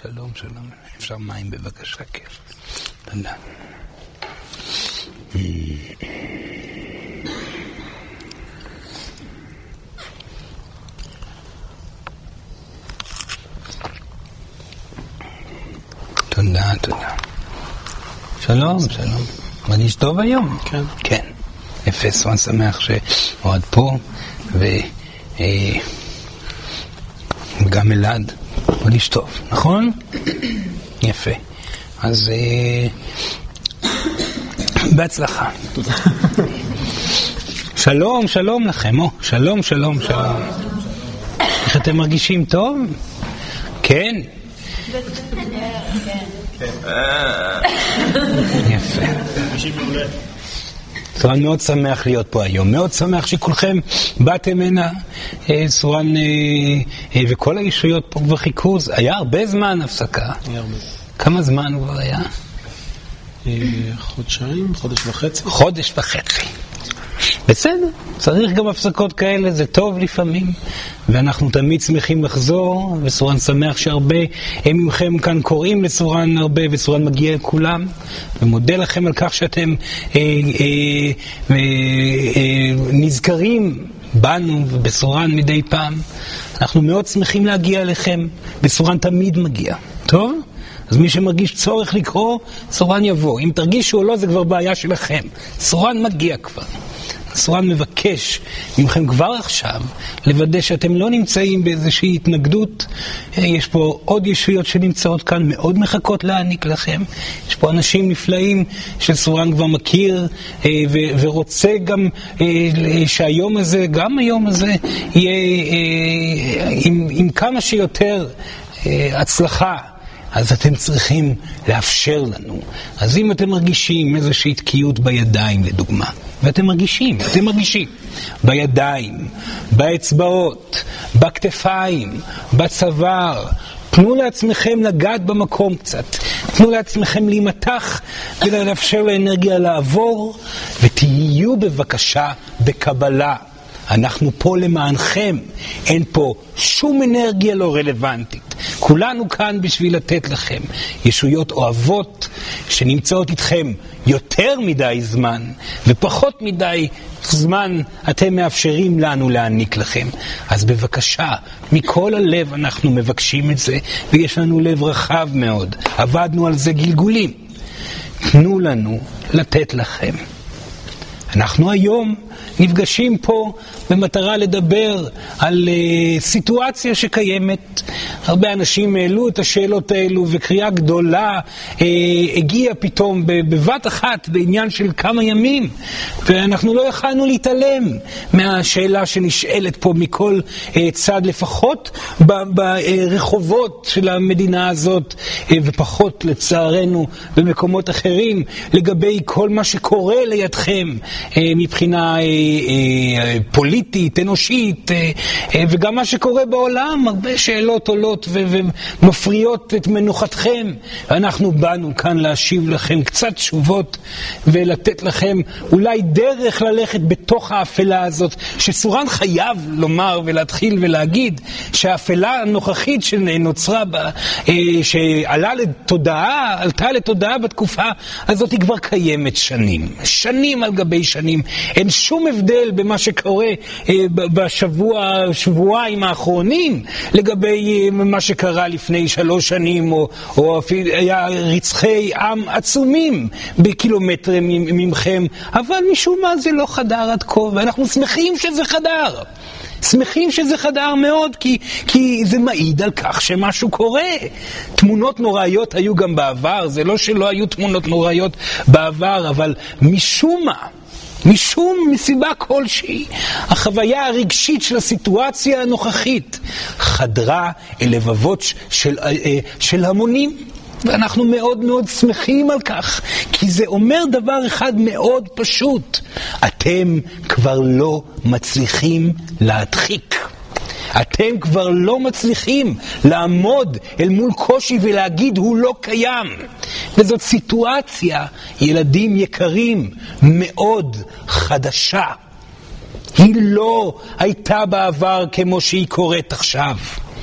שלום, שלום. אפשר מים בבקשה, כן. תודה. תודה, תודה. שלום, שלום. מרגיש טוב היום? כן. כן. יפה, סורן שמח שעוד פה, וגם אלעד. מרגיש טוב, נכון? יפה. אז בהצלחה. שלום, שלום לכם. שלום, שלום, שלום. איך אתם מרגישים טוב? כן? יפה. סורן מאוד שמח להיות פה היום, מאוד שמח שכולכם באתם הנה, סורן וכל הישויות פה כבר חיכו, היה הרבה זמן הפסקה. כמה זמן הוא כבר היה? חודשיים, חודש וחצי. חודש וחצי. בסדר, צריך גם הפסקות כאלה, זה טוב לפעמים, ואנחנו תמיד שמחים לחזור, וסורן שמח שהרבה מכם כאן קוראים לסורן הרבה, וסורן מגיע לכולם, ומודה לכם על כך שאתם נזכרים בנו ובסורן מדי פעם. אנחנו מאוד שמחים להגיע אליכם, וסורן תמיד מגיע. טוב? אז מי שמרגיש צורך לקרוא, סורן יבוא. אם תרגישו או לא, זה כבר בעיה שלכם. סורן מגיע כבר. סורן מבקש ממכם כבר עכשיו לוודא שאתם לא נמצאים באיזושהי התנגדות. יש פה עוד ישויות שנמצאות כאן, מאוד מחכות להעניק לכם. יש פה אנשים נפלאים שסורן כבר מכיר ורוצה גם שהיום הזה, גם היום הזה, יהיה עם כמה שיותר הצלחה. אז אתם צריכים לאפשר לנו. אז אם אתם מרגישים איזושהי תקיעות בידיים, לדוגמה, ואתם מרגישים בידיים, באצבעות, בכתפיים, בצוואר, תנו לעצמכם לגעת במקום קצת. תנו לעצמכם להימתח ולאפשר לאנרגיה לעבור, ותהיו בבקשה בקבלה. אנחנו פה למענכם, אין פה שום אנרגיה לא רלוונטית. כולנו כאן בשביל לתת לכם. ישויות אוהבות שנמצאות איתכם יותר מדי זמן, ופחות מדי זמן אתם מאפשרים לנו להעניק לכם. אז בבקשה, מכל הלב אנחנו מבקשים את זה, ויש לנו לב רחב מאוד. עבדנו על זה גלגולים. תנו לנו לתת לכם. אנחנו היום נפגשים פה במטרה לדבר על סיטואציה שקיימת. הרבה אנשים העלו את השאלות האלו, וקריאה גדולה הגיעה פתאום בבת אחת בעניין של כמה ימים, ואנחנו לא יכולנו להתעלם מהשאלה שנשאלת פה מכל צד, לפחות ברחובות של המדינה הזאת, ופחות לצערנו במקומות אחרים, לגבי כל מה שקורה לידכם מבחינה פוליטית, אנושית, וגם מה שקורה בעולם. הרבה שאלות עולות ומפריעות את מנוחתכם. אנחנו באנו כאן להשיב לכם קצת תשובות, ולתת לכם אולי דרך ללכת בתוך האפלה הזאת, שסורן חייב לומר ולהתחיל ולהגיד שהאפלה הנוכחית שנוצרה בה, עלתה לתודעה בתקופה הזאת, היא כבר קיימת שנים על גבי שנים. אין שום הבדל במה שקורה בשבועיים האחרונים לגבי מה שקרה לפני 3 שנים, או אפילו היה רצחי עם עצומים בקילומטרים ממכם, אבל משום מה זה לא חדר עד כה, ואנחנו שמחים שזה חדר. שמחים שזה חדר מאוד, כי זה מעיד על כך שמשהו קורה. תמונות נוראיות היו גם בעבר, זה לא שלא היו תמונות נוראיות בעבר, אבל מסיבה כלשהי, החוויה הרגשית של הסיטואציה הנוכחית חדרה אל לבבות של המונים, ואנחנו מאוד מאוד שמחים על כך, כי זה אומר דבר אחד מאוד פשוט: אתם כבר לא מצליחים להדחיק. אתם כבר לא מצליחים לעמוד אל מול קושי ולהגיד הוא לא קיים. וזאת סיטואציה, ילדים יקרים, מאוד חדשה. היא לא הייתה בעבר כמו שהיא קורית עכשיו.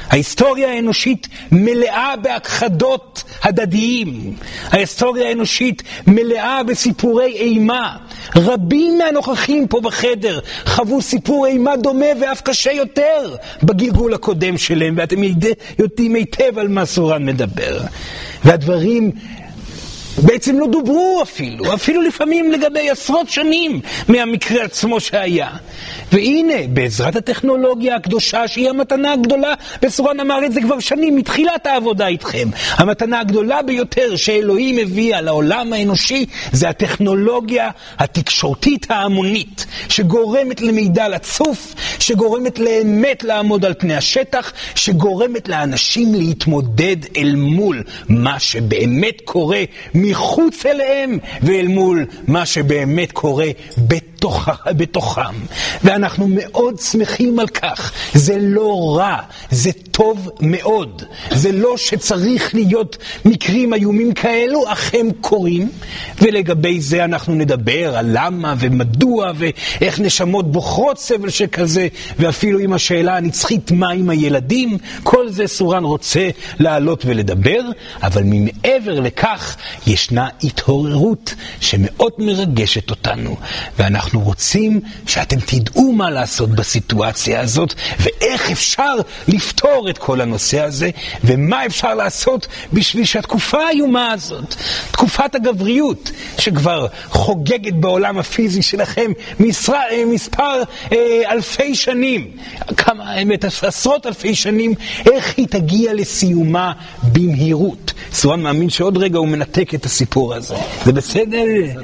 ההיסטוריה האנושית מלאה בהכחדות הדדיים. ההיסטוריה האנושית מלאה בסיפורי אימה. רבים מהנוכחים פה בחדר חוו סיפור אימה דומה ואף קשה יותר בגלגול הקודם שלהם, ואתם יודעים היטב על מה סורן מדבר. והדברים בעצם לא דוברו אפילו לפעמים לגבי עשרות שנים מהמקרה עצמו שהיה. והנה, בעזרת הטכנולוגיה הקדושה, שהיא המתנה הגדולה, בסורן אמר את זה כבר שנים, מתחילת העבודה איתכם, המתנה הגדולה ביותר שאלוהים הביאה לעולם האנושי, זה הטכנולוגיה התקשורתית ההמונית, שגורמת למידע לצוף, שגורמת לאמת לעמוד על פני השטח, שגורמת לאנשים להתמודד אל מול מה שבאמת קורה מחוץ אליהם, ואל מול מה שבאמת קורה בתוכם. ואנחנו מאוד שמחים על כך. זה לא רע, זה טוב מאוד. זה לא שצריך להיות מקרים איומים כאלו, אך הם קורים, ולגבי זה אנחנו נדבר על למה ומדוע ואיך נשמות בוחרות סבל שכזה, ואפילו עם השאלה הנצחית מה עם הילדים. כל זה סורן רוצה לעלות ולדבר, אבל מעבר לכך ישנה התעוררות שמאוד מרגשת אותנו, ואנחנו רוצים שאתם תדעו מה לעשות בסיטואציה הזאת, ואיך אפשר לפתור את כל הנושא הזה, ומה אפשר לעשות בשביל שהתקופה האיומה הזאת, תקופת הגבריות שכבר חוגגת בעולם הפיזי שלכם מספר אלפי שנים, עשרות אלפי שנים, איך היא תגיע לסיומה במהירות. סורן מאמין שעוד רגע הוא מנתק את הסיפור הזה. זה בסדר?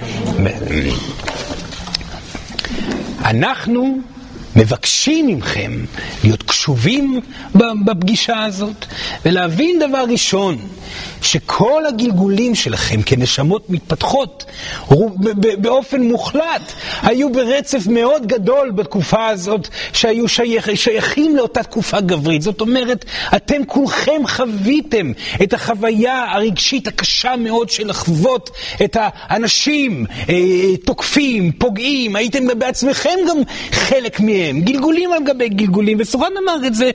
אנחנו מבקשים מכם להיות קשובים בפגישה הזאת, ולהבין דבר ראשון, שכל הגלגולים שלכם כנשמות מתפתחות באופן מוחלט היו ברצף מאוד גדול בתקופה הזאת, שהיו שייכים לאותה תקופה גברית. זאת אומרת, אתם כולכם חוויתם את החוויה הרגשית הקשה מאוד של לחוות את האנשים תוקפים, פוגעים. הייתם בעצמכם גם חלק מהם, גלגולים על גבי גלגולים, וסורן אמר את זה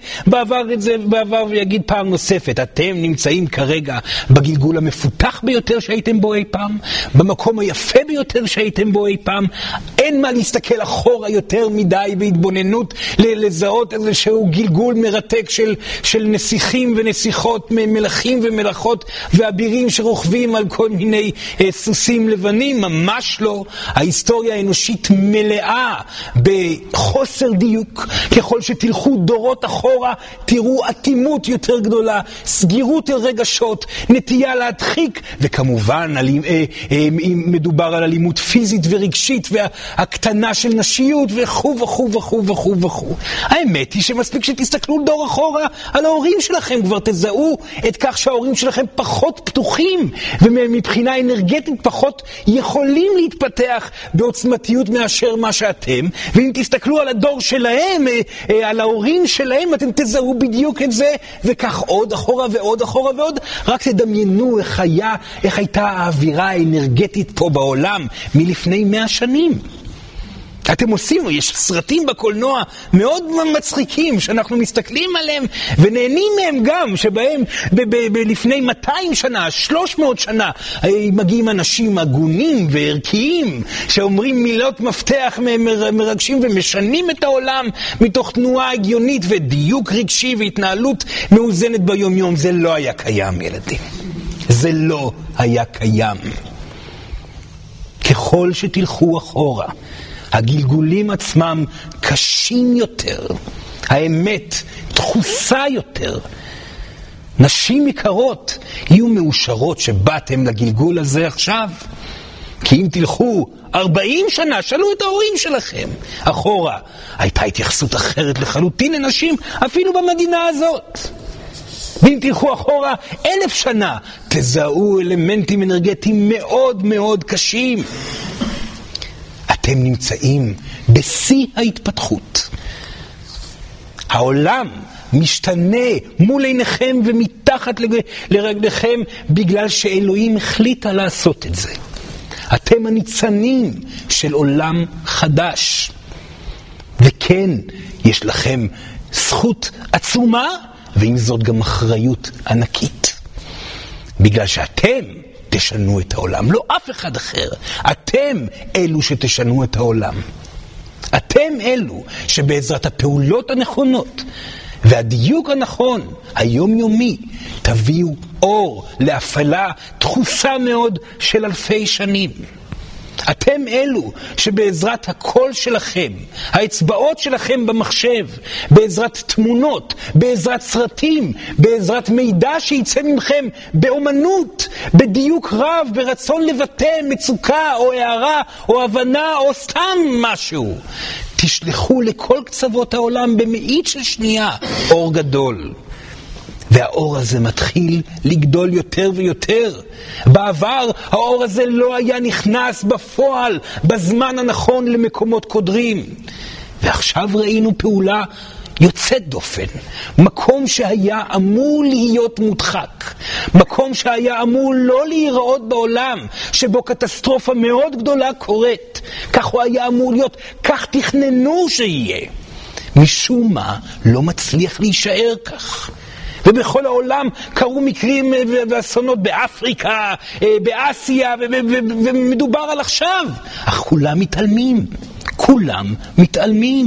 בעבר ויגיד פעם נוספת. אתם נמצאים כרגע בגלגול המפותח ביותר שהייתם בו אי פעם, במקום היפה ביותר שהייתם בו אי פעם. אין מה להסתכל אחורה יותר מדי בהתבוננות לזהות איזשהו גלגול מרתק של נסיכים ונסיכות, מלכים ומלכות ואבירים שרוכבים על כל מיני סוסים לבנים. ממש לא. ההיסטוריה האנושית מלאה בחוסר דיוק. ככל שתלכו דורות אחורה תראו אטימות יותר גדולה, סגירות של רגשות, נטייה להדחיק, וכמובן אם מדובר על אלימות פיזית ורגשית והקטנה של נשיות וכו' וכו' וכו' וכו' וכו'. האמת היא שמספיק שתסתכלו דור אחורה על ההורים שלכם, כבר תזהו את כך שההורים שלכם פחות פתוחים ומבחינה אנרגטית פחות יכולים להתפתח בעוצמתיות מאשר מה שאתם. ואם תסתכלו על הדור שלהם, על ההורים שלהם, אתם תזהו בדיוק את זה, וכך עוד אחורה ועוד אחורה ועוד. רק תדמיינו איך הייתה האווירה האנרגטית פה בעולם מלפני 100 שנים. אתם עושים, יש סרטים בקולנוע מאוד מצחיקים שאנחנו מסתכלים עליהם ונהנים מהם גם, שבהם לפני 200 שנה, 300 שנה מגיעים אנשים הגונים וערכיים שאומרים מילות מפתח מרגשים ומשנים את העולם מתוך תנועה הגיונית ודיוק רגשי והתנהלות מאוזנת ביום יום. זה לא היה קיים, ילדים. זה לא היה קיים. ככל שתלכו אחורה הגלגולים עצמם קשים יותר, האמת דחוסה יותר. נשים יקרות, יהיו מאושרות שבאתם לגלגול הזה עכשיו, כי אם תלכו 40 שנה, שאלו את ההורים שלכם אחורה, הייתה התייחסות אחרת לחלוטין לנשים אפילו במדינה הזאת. ואם תלכו אחורה 1000 שנה, תזהו אלמנטים אנרגטיים מאוד מאוד קשים. אתם נמצאים בשיא ההתפתחות. העולם משתנה מול עיניכם ומתחת לרגליכם בגלל שאלוהים החליטה לעשות את זה. אתם הניצנים של עולם חדש. וכן, יש לכם זכות עצומה ועם זאת גם אחריות ענקית. בגלל שאתם תשנו את העולם, לא אף אחד אחר. אתם אלו שתשנו את העולם. אתם אלו שבעזרת הפעולות הנכונות והדיוק הנכון, היומיומי, תביאו אור להפעלה דחוסה מאוד של אלפי שנים. אתם אלו שבעזרת הקול שלכם, האצבעות שלכם במחשב, בעזרת תמונות, בעזרת סרטים, בעזרת מידע שיצא ממכם באומנות, בדיוק רב, ברצון לבטא מצוקה או הערה או הבנה או סתם משהו, תשלחו לכל קצוות העולם במאית של שנייה אור גדול. והאור הזה מתחיל לגדול יותר ויותר. בעבר האור הזה לא היה נכנס בפועל בזמן הנכון למקומות קודרים. ועכשיו ראינו פעולה יוצאת דופן. מקום שהיה אמור להיות מודחק. מקום שהיה אמור לא להיראות בעולם, שבו קטסטרופה מאוד גדולה קורית. כך הוא היה אמור להיות, כך תכננו שיהיה. משום מה לא מצליח להישאר כך. ובכל העולם קרו מקרים ואסונות באפריקה, באסיה, ומדובר על עכשיו. אך כולם מתעלמים. כולם מתעלמים.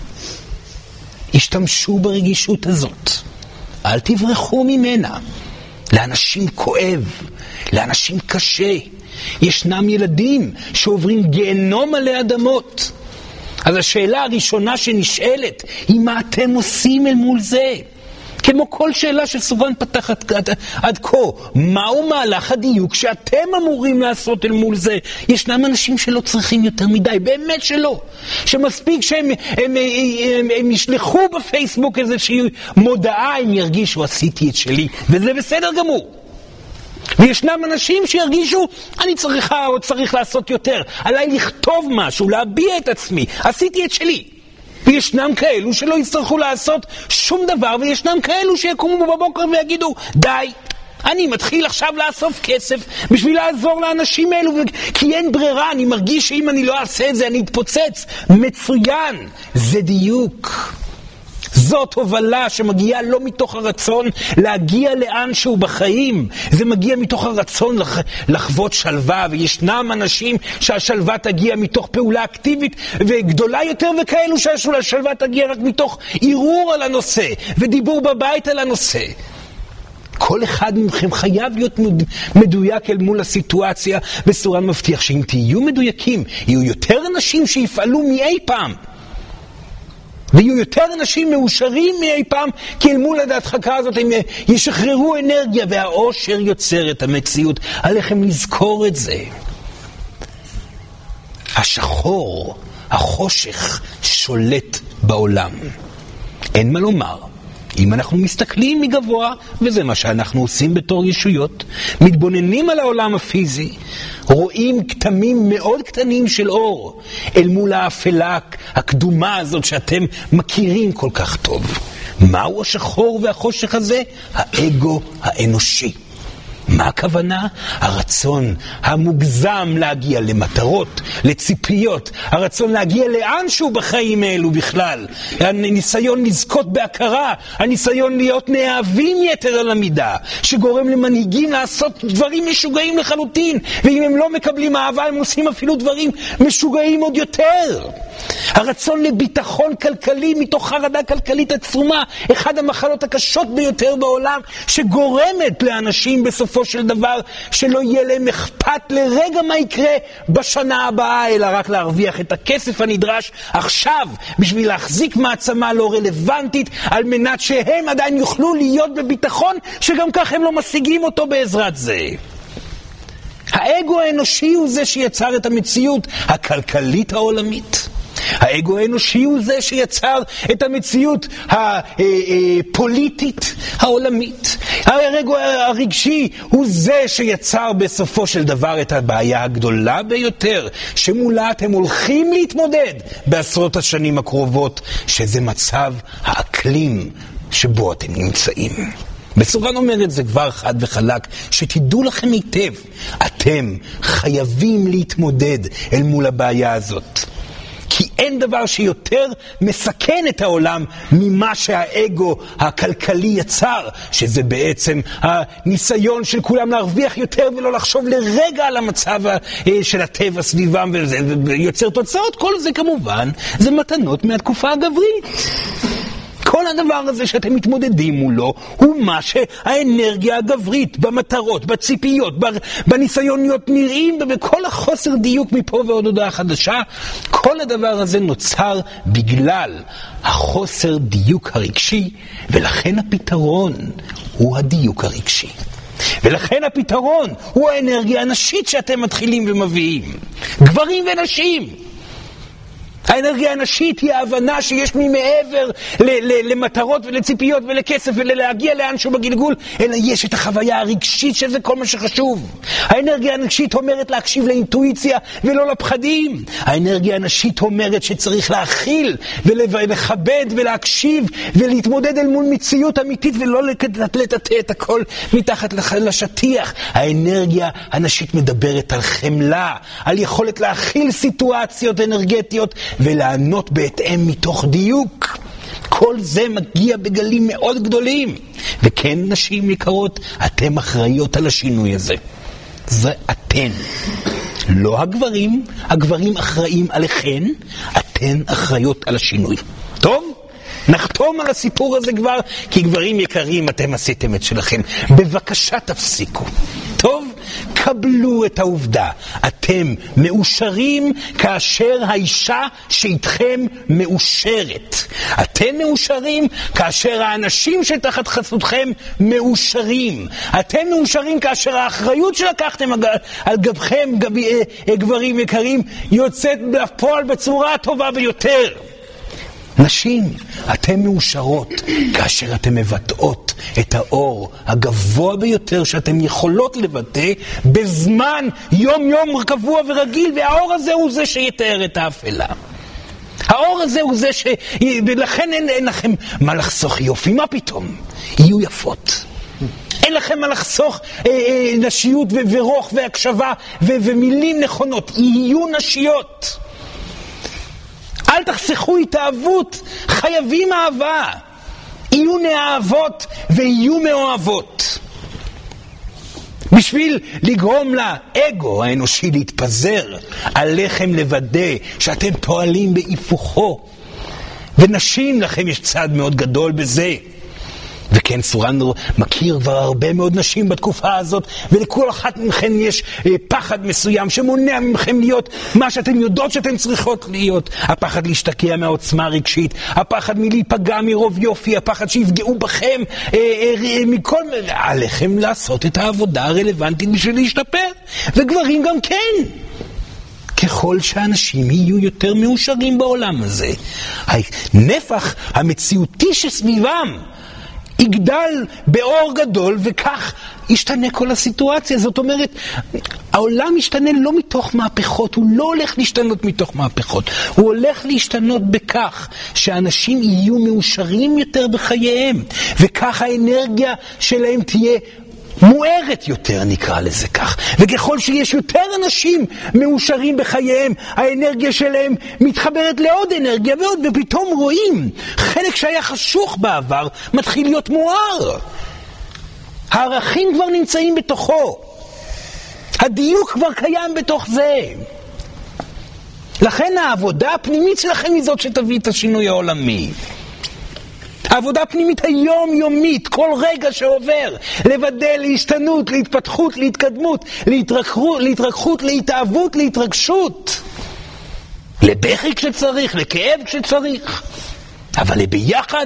השתמשו ברגישות הזאת. אל תברחו ממנה. לאנשים כואב, לאנשים קשה. ישנם ילדים שעוברים גיהנום עלי אדמות. אז השאלה הראשונה שנשאלת היא מה אתם עושים אל מול זה? כמו כל שאלה שסורן פתח עד כה, מהו מהלך הדיוק שאתם אמורים לעשות אל מול זה? ישנם אנשים שלא צריכים יותר מדי, באמת שלא. שמספיק שהם ישלחו בפייסבוק איזושהי מודעה, הם ירגישו עשיתי את שלי, וזה בסדר גמור. וישנם אנשים שירגישו אני צריכה או צריך לעשות יותר, עליי לכתוב משהו, להביע את עצמי, עשיתי את שלי. וישנם כאלו שלא יצטרכו לעשות שום דבר, וישנם כאלו שיקומו בבוקר ויגידו די, אני מתחיל עכשיו לאסוף כסף בשביל לעזור לאנשים האלו, כי אין ברירה, אני מרגיש שאם אני לא אעשה את זה אני אתפוצץ. מצוין, זה דיוק. זאת הובלה שמגיעה לא מתוך הרצון להגיע לאן שהוא בחיים, זה מגיע מתוך הרצון לחוות שלווה. וישנם אנשים שהשלווה תגיע מתוך פעולה אקטיבית וגדולה יותר, וכאלו שהשלווה תגיע רק מתוך ערעור על הנושא ודיבור בבית על הנושא. כל אחד מכם חייב להיות מדויק אל מול הסיטואציה, וסורן מבטיח שאם תהיו מדויקים יהיו יותר אנשים שיפעלו מאי פעם, ויהיו יותר אנשים מאושרים מאי פעם, כי אל מול הדחקה הזאת הם ישחררו אנרגיה, והאושר יוצר את המציאות. עליכם לזכור את זה. השחור, החושך, שולט בעולם. אין מה לומר. אם אנחנו מסתכלים מגבוה, וזה מה שאנחנו עושים בתור ישויות, מתבוננים על העולם הפיזי, רואים כתמים מאוד קטנים של אור, אל מול האפלה הקדומה הזאת שאתם מכירים כל כך טוב. מהו השחור והחושך הזה? האגו האנושי. מה הכוונה? הרצון המוגזם להגיע למטרות, לציפיות, הרצון להגיע לאנשהו בחיים האלו בכלל, הניסיון לזכות בהכרה, הניסיון להיות נאהבים יתר על המידה, שגורם למנהיגים לעשות דברים משוגעים לחלוטין, ואם הם לא מקבלים אהבה הם עושים אפילו דברים משוגעים עוד יותר. הרצון לביטחון כלכלי מתוך חרדה כלכלית עצומה, אחד המחלות הקשות ביותר בעולם, שגורמת לאנשים בסופו של דבר שלא יהיה להם אכפת לרגע מה יקרה בשנה הבאה, אלא רק להרוויח את הכסף הנדרש עכשיו בשביל להחזיק מעצמה לא רלוונטית, על מנת שהם עדיין יוכלו להיות בביטחון שגם כך הם לא משיגים אותו בעזרת זה. האגו האנושי הוא זה שיצר את המציאות הכלכלית העולמית. האגו האנושי הוא זה שיצר את המציאות הפוליטית העולמית. האגו הרגשי הוא זה שיצר בסופו של דבר את הבעיה הגדולה ביותר שמולה אתם הולכים להתמודד בעשרות השנים הקרובות, שזה מצב האקלים שבו אתם נמצאים. בסורן אומר את זה כבר חד וחלק, שתדעו לכם היטב, אתם חייבים להתמודד אל מול הבעיה הזאת. כי אין דבר שיותר מסכן את העולם ממה שהאגו הכלכלי יצר, שזה בעצם הניסיון של כולם להרוויח יותר ולא לחשוב לרגע על המצב של הטבע סביבם, ויוצר תוצאות. כל זה כמובן זה מתנות מהתקופה הגברית. כל הדבר הזה שאתם מתמודדים מולו הוא מה שהאנרגיה הגברית במטרות, בציפיות, בניסיון להיות נראים, בכל החוסר דיוק מפה ועוד הודעה חדשה, כל הדבר הזה נוצר בגלל החוסר דיוק הרגשי, ולכן הפתרון הוא הדיוק הרגשי. ולכן הפתרון הוא האנרגיה הנשית שאתם מתחילים ומביאים. גברים ונשים. האנרגיה הנשית היא ההבנה שיש ממעבר למטרות ולציפיות ולכסף ולהגיע לאנשהו בגלגול, אלא יש את החוויה הרגשית שזה כל מה שחשוב. האנרגיה הנשית אומרת להקשיב לאינטואיציה ולא לפחדים. האנרגיה הנשית אומרת שצריך להכיל ולכבד ולהקשיב ולהתמודד אל מול מציאות אמיתית ולא לטאטא את הכל מתחת לשטיח. האנרגיה הנשית מדברת על חמלה, על יכולת להכיל סיטואציות אנרגטיות ולענות בהתאם מתוך דיוק. כל זה מגיע בגלים מאוד גדולים. וכן, נשים יקרות, אתם אחראיות על השינוי הזה. זה אתן. לא הגברים, הגברים אחראים עליכן, אתן אחראיות על השינוי. טוב? נחתום על הסיפור הזה כבר, כי גברים יקרים, אתם עשיתם את שלכם. בבקשה תפסיקו. טוב? קבלו את העובדה. אתם מאושרים כאשר האישה שאיתכם מאושרת. אתם מאושרים כאשר האנשים שתחת חסותכם מאושרים. אתם מאושרים כאשר האחריות שלקחתם על גבכם, גברים יקרים, יוצאת בפועל בצורה הטובה ביותר. נשים, אתן מאושרות כאשר אתן מבטאות את האור הגבוה ביותר שאתן יכולות לבטא בזמן יום קבוע ורגיל, והאור הזה הוא זה שיתאר את האפלה. האור הזה הוא זה ולכן אין לכם מה לחסוך יופי, מה פתאום? יהיו יפות. אין לכם מה לחסוך נשיות ורוח והקשבה ומילים נכונות, יהיו נשיות. אל תחסכו התאהבות, חייבים אהבה. יהיו נאהבות ויהיו מאוהבות. בשביל לגרום לאגו האנושי להתפזר, עליכם לוודא שאתם פועלים בהיפוכו. ונשים, לכם יש צד מאוד גדול בזה. וכן, סורן מכיר כבר הרבה מאוד נשים בתקופה הזאת, ולכל אחת מכן יש פחד מסוים שמונע מכם להיות מה שאתם יודעות שאתם צריכות להיות. הפחד להשתקע מהעוצמה הרגשית, הפחד מלהיפגע מרוב יופי, הפחד שיפגעו בכם מכל... עליכם לעשות את העבודה הרלוונטית בשביל להשתפר. וגברים גם כן. ככל שאנשים יהיו יותר מאושרים בעולם הזה, הנפח המציאותי שסביבם יגדל באור גדול, וכך ישתנה כל הסיטואציה. זאת אומרת, העולם ישתנה לא מתוך מהפכות, הוא לא הולך להשתנות מתוך מהפכות, הוא הולך להשתנות בכך שאנשים יהיו מאושרים יותר בחייהם, וכך האנרגיה שלהם תהיה מוארת יותר, נקרא לזה כך. וככל שיש יותר אנשים מאושרים בחייהם, האנרגיה שלהם מתחברת לעוד אנרגיה ועוד, ופתאום רואים חלק שהיה חשוך בעבר מתחיל להיות מואר. הערכים כבר נמצאים בתוכו, הדיוק כבר קיים בתוך זה. לכן העבודה הפנימית שלכם היא זאת שתביא את השינוי העולמי. העבודה הפנימית היומיומית, כל רגע שעובר, לוודא להשתנות, להתפתחות, להתקדמות, להתרככות, להתאהבות, להתרגשות. לבכי כשצריך, לכאב כשצריך. אבל ביחד,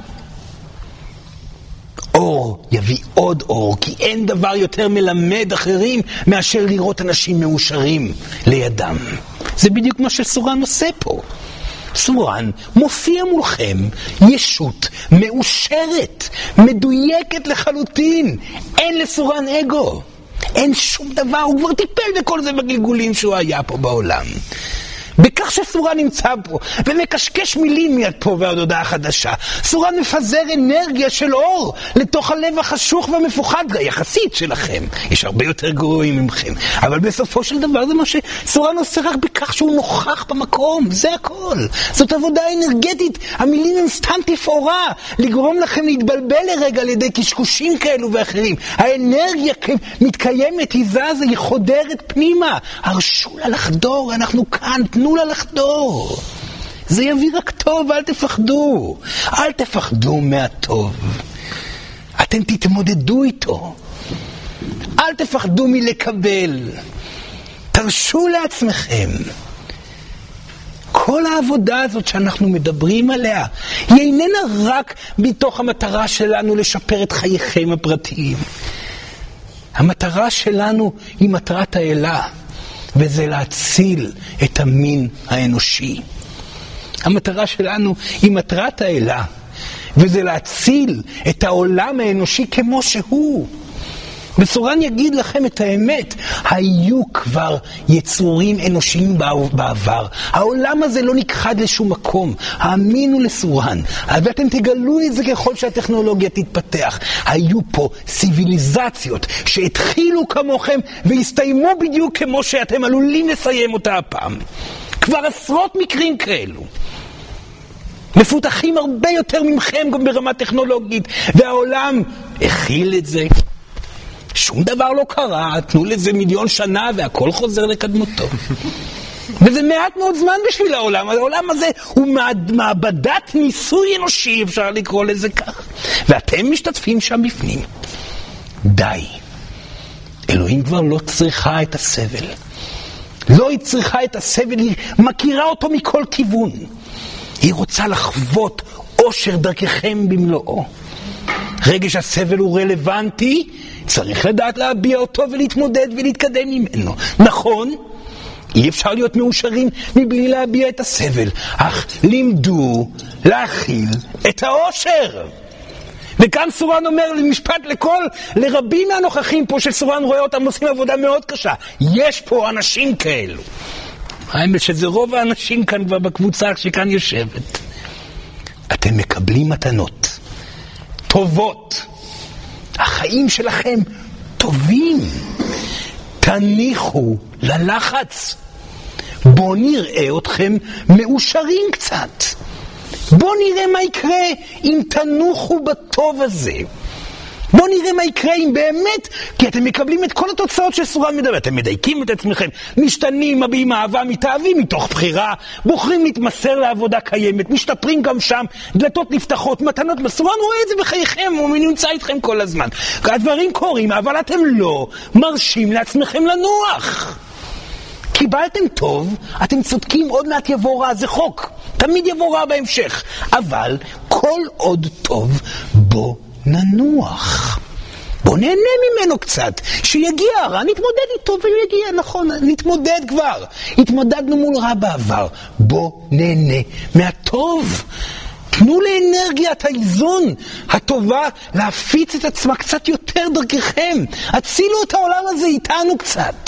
אור יביא עוד אור, כי אין דבר יותר מלמד אחרים מאשר לראות אנשים מאושרים לידם. זה בדיוק מה שסורן עושה פה. סורן מופיע מולכם ישות מאושרת, מדויקת לחלוטין. אין לסורן אגו, אין שום דבר, הוא כבר טיפל בכל זה בגלגולים שהוא היה פה בעולם. בכך שסורן נמצא פה ומקשקש מילים מיד פה ועוד הודעה חדשה. סורן מפזר אנרגיה של אור לתוך הלב החשוך והמפוחד יחסית שלכם. יש הרבה יותר גרועים ממכם, אבל בסופו של דבר זה מה שסורן עושה רק בכך שהוא נוכח במקום. זה הכל. זאת עבודה אנרגטית. המילים הם סתם תפאורה לגרום לכם להתבלבל לרגע על ידי קשקושים כאלו ואחרים. האנרגיה מתקיימת, היא זזה, היא חודרת פנימה. הרשו לה לחדור, אנחנו כאן, תנו לה לחדור. זה יביא רק טוב, אל תפחדו. אל תפחדו מהטוב. אתם תתמודדו איתו. אל תפחדו מלקבל. תרשו לעצמכם. כל העבודה הזאת שאנחנו מדברים עליה, היא איננה רק מתוך המטרה שלנו לשפר את חייכם הפרטיים. המטרה שלנו היא מטרת האלה, וזה להציל את המין האנושי. המטרה שלנו היא מטרת האלה, וזה להציל את העולם האנושי כמו שהוא. וסורן יגיד לכם את האמת, היו כבר יצורים אנושיים בעבר. העולם הזה לא נכחד לשום מקום. האמינו לסורן, ואתם תגלו את זה ככל שהטכנולוגיה תתפתח. היו פה סיביליזציות שהתחילו כמוכם והסתיימו בדיוק כמו שאתם עלולים לסיים אותה הפעם. כבר עשרות מקרים כאלו. מפותחים הרבה יותר ממכם גם ברמה טכנולוגית, והעולם הכיל את זה. שום דבר לא קרה, תנו לזה 1,000,000 שנה והכל חוזר לקדמותו. וזה מעט מאוד זמן בשביל העולם. העולם הזה הוא מעבדת ניסוי אנושי, אפשר לקרוא לזה כך. ואתם משתתפים שם בפנים. די. אלוהים כבר לא צריכה את הסבל. לא היא צריכה את הסבל, היא מכירה אותו מכל כיוון. היא רוצה לחוות אושר דרככם במלואו. רגש הסבל הוא רלוונטי, צריך לדעת להביע אותו ולהתמודד ולהתקדם ממנו. נכון, אי אפשר להיות מאושרים מבלי להביע את הסבל, אך לימדו להכיל את האושר. וכאן סורן אומר למשפט לרבים מהנוכחים פה שסורן רואה אותם עושים עבודה מאוד קשה. יש פה אנשים כאלו. האמת שזה רוב האנשים כאן כבר בקבוצה שכאן יושבת. אתם מקבלים מתנות טובות. החיים שלכם טובים. תניחו ללחץ. בואו נראה אתכם מאושרים קצת. בואו נראה מה יקרה אם תנוחו בטוב הזה. בואו נראה מה יקרה אם באמת, כי אתם מקבלים את כל התוצאות שסורן מדבר. אתם מדייקים את עצמכם, משתנים, מביעים אהבה, מתאהבים מתוך בחירה, בוחרים להתמסר לעבודה קיימת, משתפרים גם שם, דלתות נפתחות, מתנות. סורן רואה את זה בחייכם, הוא נמצא איתכם כל הזמן. הדברים קורים, אבל אתם לא מרשים לעצמכם לנוח. קיבלתם טוב, אתם צודקים, עוד מעט יבוא רע, זה חוק. תמיד יבוא רע בהמשך. אבל כל עוד טוב, בוא ננוח. בוא נהנה ממנו קצת. שיגיע רע, נתמודד איתו ויגיע, נכון, נתמודד כבר. התמודדנו מול רע בעבר. בוא נהנה מהטוב. תנו לאנרגיית האיזון הטובה להפיץ את עצמה קצת יותר דרככם. הצילו את העולם הזה איתנו קצת.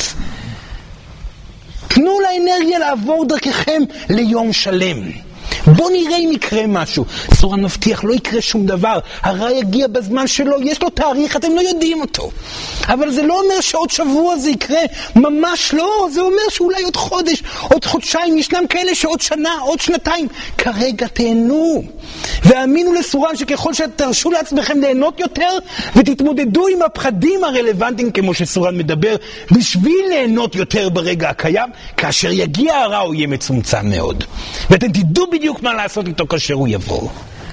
תנו לאנרגיה לעבור דרככם ליום שלם. בוא נראה אם יקרה משהו. סורן מבטיח, לא יקרה שום דבר. הרע יגיע בזמן שלו, יש לו תאריך, אתם לא יודעים אותו. אבל זה לא אומר שעוד שבוע זה יקרה. ממש לא. זה אומר שאולי עוד חודש, עוד חודשיים, ישנם כאלה שעוד שנה, עוד שנתיים. כרגע תהנו. ואמינו לסורן שככל שתרשו לעצמכם ליהנות יותר, ותתמודדו עם הפחדים הרלוונטיים כמו שסורן מדבר, בשביל ליהנות יותר ברגע הקיים, כאשר יגיע הרע הוא יהיה מצומצם מאוד. ואתם תדעו בדיוק מה לעשות איתו כאשר הוא יבוא.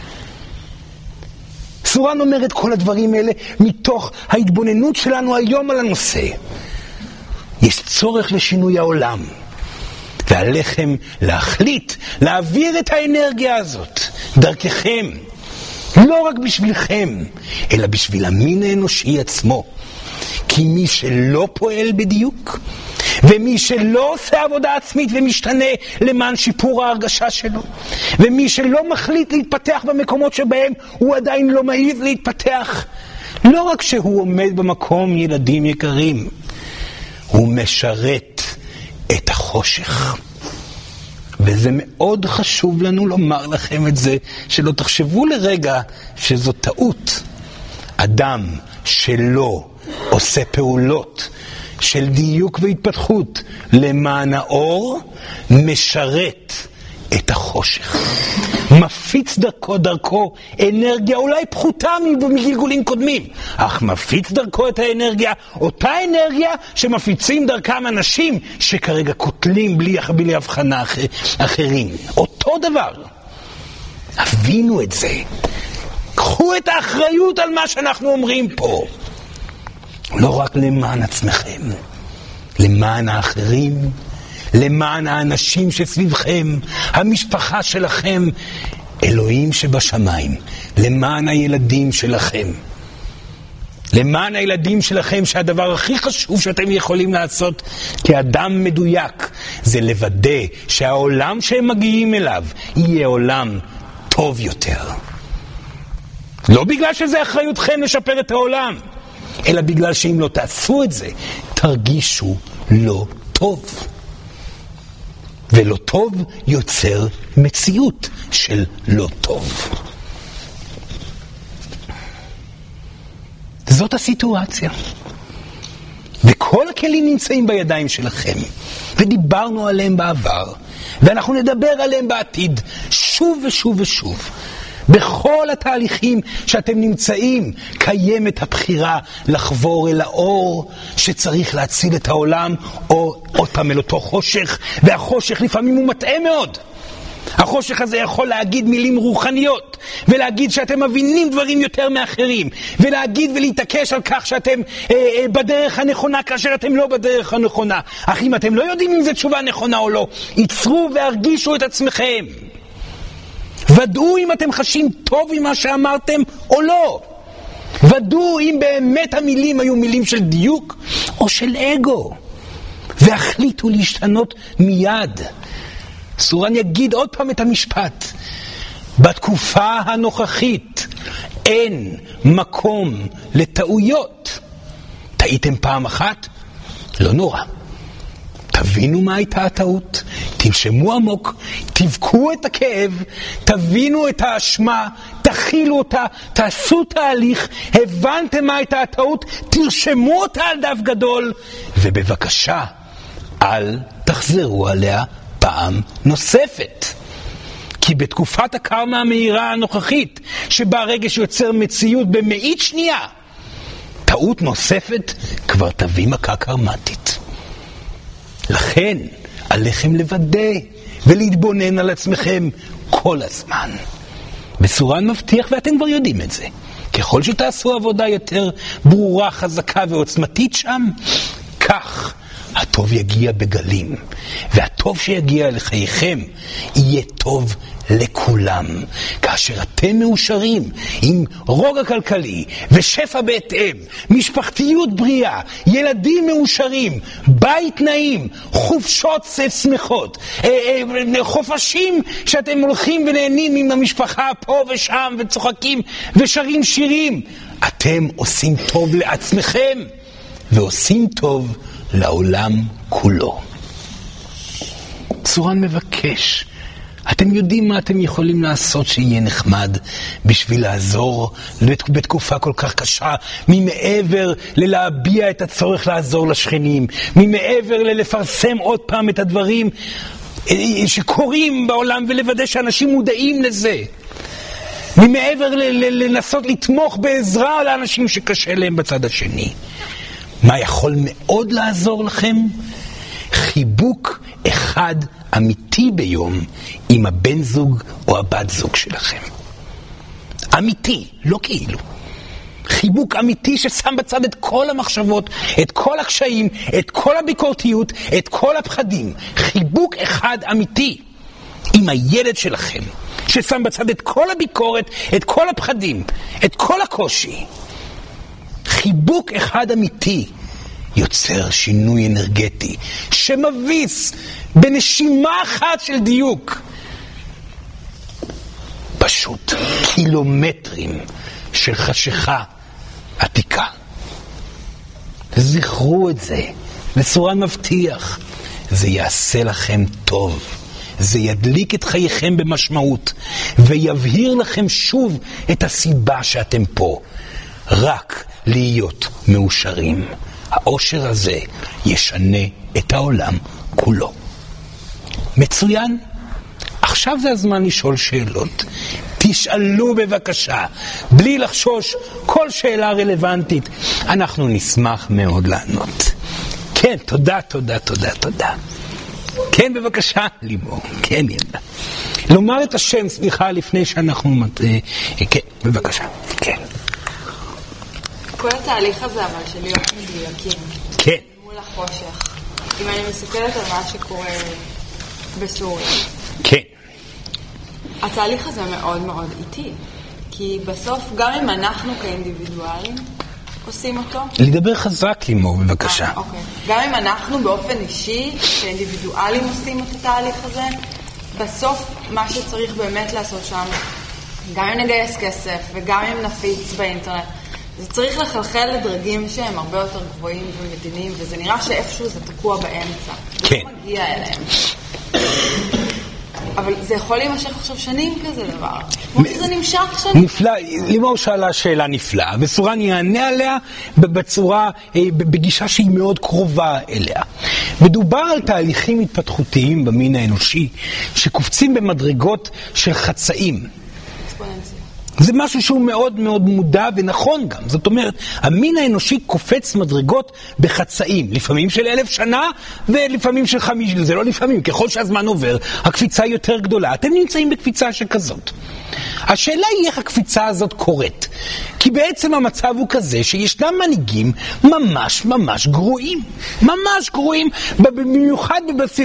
סורן אומר את כל הדברים האלה מתוך ההתבוננות שלנו היום על הנושא. יש צורך לשינוי העולם, ועליכם להחליט להעביר את האנרגיה הזאת דרככם, לא רק בשבילכם, אלא בשביל המין האנושי עצמו. כי מי שלא פועל בדיוק, ומי שלא עושה עבודה עצמית ומשתנה למען שיפור ההרגשה שלו, ומי שלא מחליט להתפתח במקומות שבהם הוא עדיין לא מעז להתפתח, לא רק שהוא עומד במקום, ילדים יקרים, הוא משרת את החושך. וזה מאוד חשוב לנו לומר לכם את זה, שלא תחשבו לרגע שזו טעות. אדם שלא עושה פעולות של דיוק והתפתחות למען האור, משרת את החושך. מפיץ דרכו אנרגיה אולי פחותה מגלגולים קודמים, אך מפיץ דרכו את האנרגיה, אותה אנרגיה שמפיצים דרכם אנשים שכרגע קוטלים בלי הבחנה אחרים. אותו דבר. הבינו את זה. קחו את האחריות על מה שאנחנו אומרים פה. לא רק למען עצמכם, למען האחרים, למען האנשים שסביבכם, המשפחה שלכם, אלוהים שבשמיים, למען הילדים שלכם. למען הילדים שלכם, שהדבר הכי חשוב שאתם יכולים לעשות כאדם מדויק, זה לוודא שהעולם שהם מגיעים אליו יהיה עולם טוב יותר. לא בגלל שזה אחריותכם לשפר את העולם, אלא בגלל שאם לא תעשו את זה, תרגישו לא טוב. ולא טוב יוצר מציאות של לא טוב. זאת הסיטואציה. וכל הכלים נמצאים בידיים שלכם. ודיברנו עליהם בעבר. ואנחנו נדבר עליהם בעתיד. שוב ושוב ושוב. בכל התהליכים שאתם נמצאים, קיימת הבחירה לחבור אל האור שצריך להציל את העולם, או עוד פעם אל אותו חושך, והחושך לפעמים הוא מטעה מאוד. החושך הזה יכול להגיד מילים רוחניות, ולהגיד שאתם מבינים דברים יותר מאחרים, ולהגיד ולהתעקש על כך שאתם בדרך הנכונה, כאשר אתם לא בדרך הנכונה. אך אם אתם לא יודעים אם זו תשובה נכונה או לא, ייצרו והרגישו את עצמכם. ודאו אם אתם חשים טוב עם מה שאמרתם או לא. ודאו אם באמת המילים היו מילים של דיוק או של אגו. והחליטו להשתנות מיד. סורן יגיד עוד פעם את המשפט. בתקופה הנוכחית אין מקום לטעויות. טעיתם פעם אחת? לא נורא. תבינו מה הייתה הטעות, תנשמו עמוק, תבכו את הכאב, תבינו את האשמה, תכילו אותה, תעשו תהליך, הבנתם מה הייתה הטעות, תרשמו אותה על דף גדול, ובבקשה, אל תחזרו עליה פעם נוספת. כי בתקופת הקרמה המהירה הנוכחית, שבה הרגש יוצר מציאות במאית שנייה, טעות נוספת כבר תביא מכה קרמטית. לכן עליכם לוודא ולהתבונן על עצמכם כל הזמן. בסורן מבטיח, ואתם כבר יודעים את זה, ככל שתעשו עבודה יותר ברורה, חזקה ועוצמתית שם, כך הטוב יגיע בגלים, והטוב שיגיע לחייכם יהיה טוב לכולם. כאשר אתם מאושרים עם רוגע כלכלי ושפע בהתאם, משפחתיות בריאה, ילדים מאושרים, בית נעים, חופשות שמחות, חופשים שאתם הולכים ונהנים עם המשפחה פה ושם וצוחקים ושרים שירים, אתם עושים טוב לעצמכם ועושים טוב לעולם כולו. סורן מבקש, אתם יודעים מה אתם יכולים לעשות שיהיה נחמד בשביל לעזור בתקופה כל כך קשה, ממעבר ללהביע את הצורך לעזור לשכנים, ממעבר לפרסם עוד פעם את הדברים שקורים בעולם ולוודא שאנשים מודעים לזה, ממעבר לנסות לתמוך בעזרה לאנשים שקשה להם בצד השני. מה יכול מאוד לעזור לכם? חיבוק אחד אמיתי ביום עם הבן זוג או הבת זוג שלכם. אמיתי, לא כאילו. חיבוק אמיתי ששם בצד את כל המחשבות, את כל הקשיים, את כל הביקורתיות, את כל הפחדים. חיבוק אחד אמיתי עם הילד שלכם, ששם בצד את כל הביקורת, את כל הפחדים, את כל הקושי. חיבוק אחד אמיתי יוצר שינוי אנרגטי שמביס בנשימה אחת של דיוק פשוט קילומטרים של חשיכה עתיקה. זכרו את זה, וסורן מבטיח, זה יעשה לכם טוב, זה ידליק את חייכם במשמעות, ויבהיר לכם שוב את הסיבה שאתם פה. רק להיות מאושרים. האושר הזה ישנה את העולם כולו. מצוין. עכשיו זה הזמן לשאול שאלות. תשאלו בבקשה, בלי לחשוש, כל שאלה רלוונטית. אנחנו נשמח מאוד לענות. כן, תודה, תודה, תודה, תודה. כן, בבקשה, לימור. כן, ידע. לומר את השם, סליחה, לפני שאנחנו... כן, בבקשה. כן. כל התהליך הזה, אבל של להיות מדויקים. כן. מול החושך. אם אני מסתכלת על מה שקורה בסוריה. כן. התהליך הזה מאוד מאוד איטי. כי בסוף, גם אם אנחנו כאינדיבידואלים עושים אותו... לדבר חזק, לימור, בבקשה. אוקיי. גם אם אנחנו באופן אישי, כאינדיבידואלים עושים את התהליך הזה, בסוף מה שצריך באמת לעשות שם, גם אם נגייס כסף וגם אם נפיץ באינטרנט, זה צריך לחלחל לדרגים שהם הרבה יותר גבוהים ומדיניים, וזה נראה שאיפשהו זה תקוע באמצע. כן. זה לא מגיע אליהם. אבל זה יכול להימשך עכשיו שנים כזה דבר. כמו שזה נמשך שנים. נפלא, לימור שאלה שאלה נפלאה, וסורן יענה עליה בצורה, בגישה שהיא מאוד קרובה אליה. מדובר על תהליכים התפתחותיים במין האנושי, שקופצים במדרגות של חצאים. זה משהו שהוא מאוד מאוד מודע ונכון גם. זאת אומרת, המין האנושי קופץ מדרגות בחצאים, לפעמים של 1000 שנה ולפעמים של 50. זה לא לפעמים, ככל שהזמן עובר, הקפיצה יותר גדולה. אתם נמצאים בקפיצה שכזאת. השאלה היא איך הקפיצה הזאת קורית. כי בעצם המצב הוא כזה שישנם מנהיגים ממש ממש גרועים. ממש גרועים, במיוחד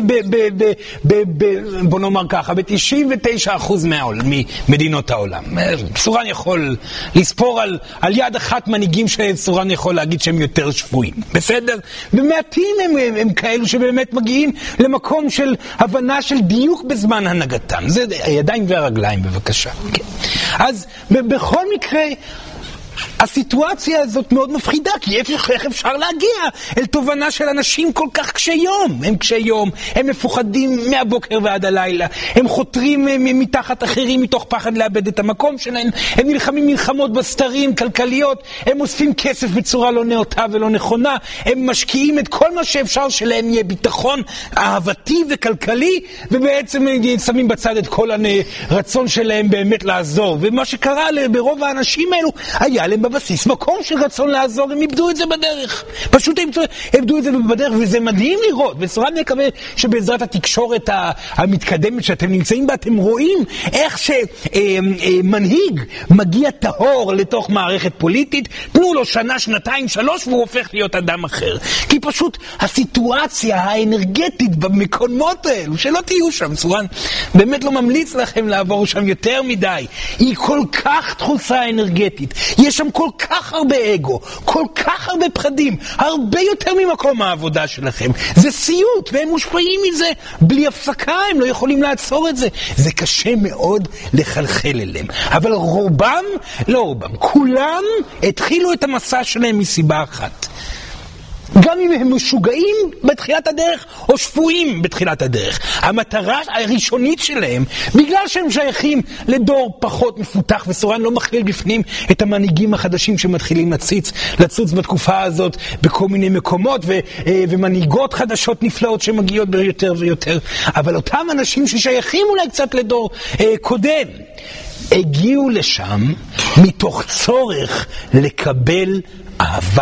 בוא נאמר ככה, ב-99% ממדינות העולם. סורן יכול לספור על יד אחת מנהיגים שסורן יכול להגיד שהם יותר שפויים. בסדר? ומעטים הם כאלו שבאמת מגיעים למקום של הבנה של דיוק בזמן הנהגתם. זה הידיים והרגליים, בבקשה. כן. אז בכל מקרה, הסיטואציה הזאת מאוד מפחידה, כי איך אפשר להגיע אל תובנה של אנשים כל כך קשי יום? הם קשי יום, הם מפוחדים מהבוקר ועד הלילה, הם חותרים מתחת אחרים מתוך פחד לאבד את המקום שלהם, הם נלחמים מלחמות בסתרים כלכליות, הם אוספים כסף בצורה לא נאותה ולא נכונה, הם משקיעים את כל מה שאפשר שלהם יהיה ביטחון אהבתי וכלכלי, ובעצם שמים בצד את כל הרצון שלהם באמת לעזור. ומה שקרה ברוב האנשים האלו היה להם בבסיס מקום של רצון לעזור, הם איבדו את זה בדרך. פשוט הם איבדו את זה בדרך, וזה מדהים לראות. וסורן מקווה שבעזרת התקשורת המתקדמת שאתם נמצאים בה, אתם רואים איך שמנהיג מגיע טהור לתוך מערכת פוליטית, תנו לו שנה, שנתיים, 3, והוא הופך להיות אדם אחר. כי פשוט הסיטואציה האנרגטית במקומות האלו, שלא תהיו שם, סורן באמת לא ממליץ לכם לעבור שם יותר מדי. היא כל כך דחוסה אנרגטית. יש שם כל כך הרבה אגו, כל כך הרבה פחדים, הרבה יותר ממקום העבודה שלכם. זה סיוט, והם מושפעים מזה בלי הפסקה, הם לא יכולים לעצור את זה. זה קשה מאוד לחלחל אליהם. אבל רובם, לא רובם, כולם התחילו את המסע שלהם מסיבה אחת. גם אם הם משוגעים בתחילת הדרך או שפויים בתחילת הדרך. המטרה הראשונית שלהם, בגלל שהם שייכים לדור פחות מפותח, וסורן לא מכליל בפנים את המנהיגים החדשים שמתחילים לצוץ בתקופה הזאת בכל מיני מקומות, ומנהיגות חדשות נפלאות שמגיעות ביותר ויותר. אבל אותם אנשים ששייכים אולי קצת לדור קודם, הגיעו לשם מתוך צורך לקבל אהבה.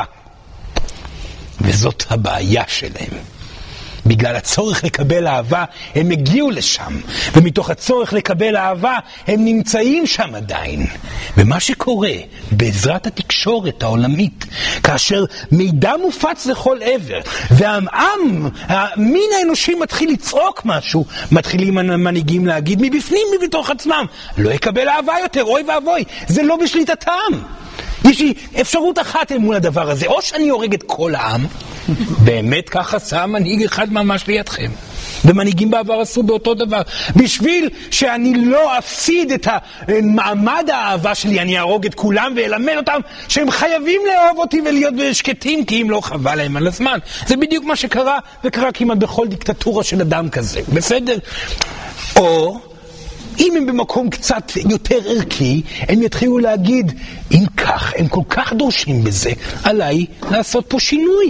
וזאת הבעיה שלהם. בגלל הצורך לקבל אהבה, הם הגיעו לשם. ומתוך הצורך לקבל אהבה, הם נמצאים שם עדיין. ומה שקורה בעזרת התקשורת העולמית, כאשר מידע מופץ לכל עבר, והעם, המין האנושי מתחיל לצעוק משהו, מתחילים המנהיגים להגיד מבפנים, מבתוך עצמם, לא יקבל אהבה יותר, אוי ואבוי, זה לא בשליטתם. יש לי אפשרות אחת מול הדבר הזה, או שאני הורג את כל העם, באמת ככה עשה מנהיג אחד ממש לידכם. ומנהיגים בעבר עשו באותו דבר. בשביל שאני לא אפסיד את המעמד האהבה שלי, אני ארוג את כולם ואלמד אותם שהם חייבים לאהוב אותי ולהיות שקטים, כי אם לא חבל להם על הזמן. זה בדיוק מה שקרה, וקרה כמעט בכל דיקטטורה של אדם כזה. בסדר? או אם הם במקום קצת יותר ערכי, הם יתחילו להגיד, אם כך, הם כל כך דורשים בזה, עליי לעשות פה שינוי.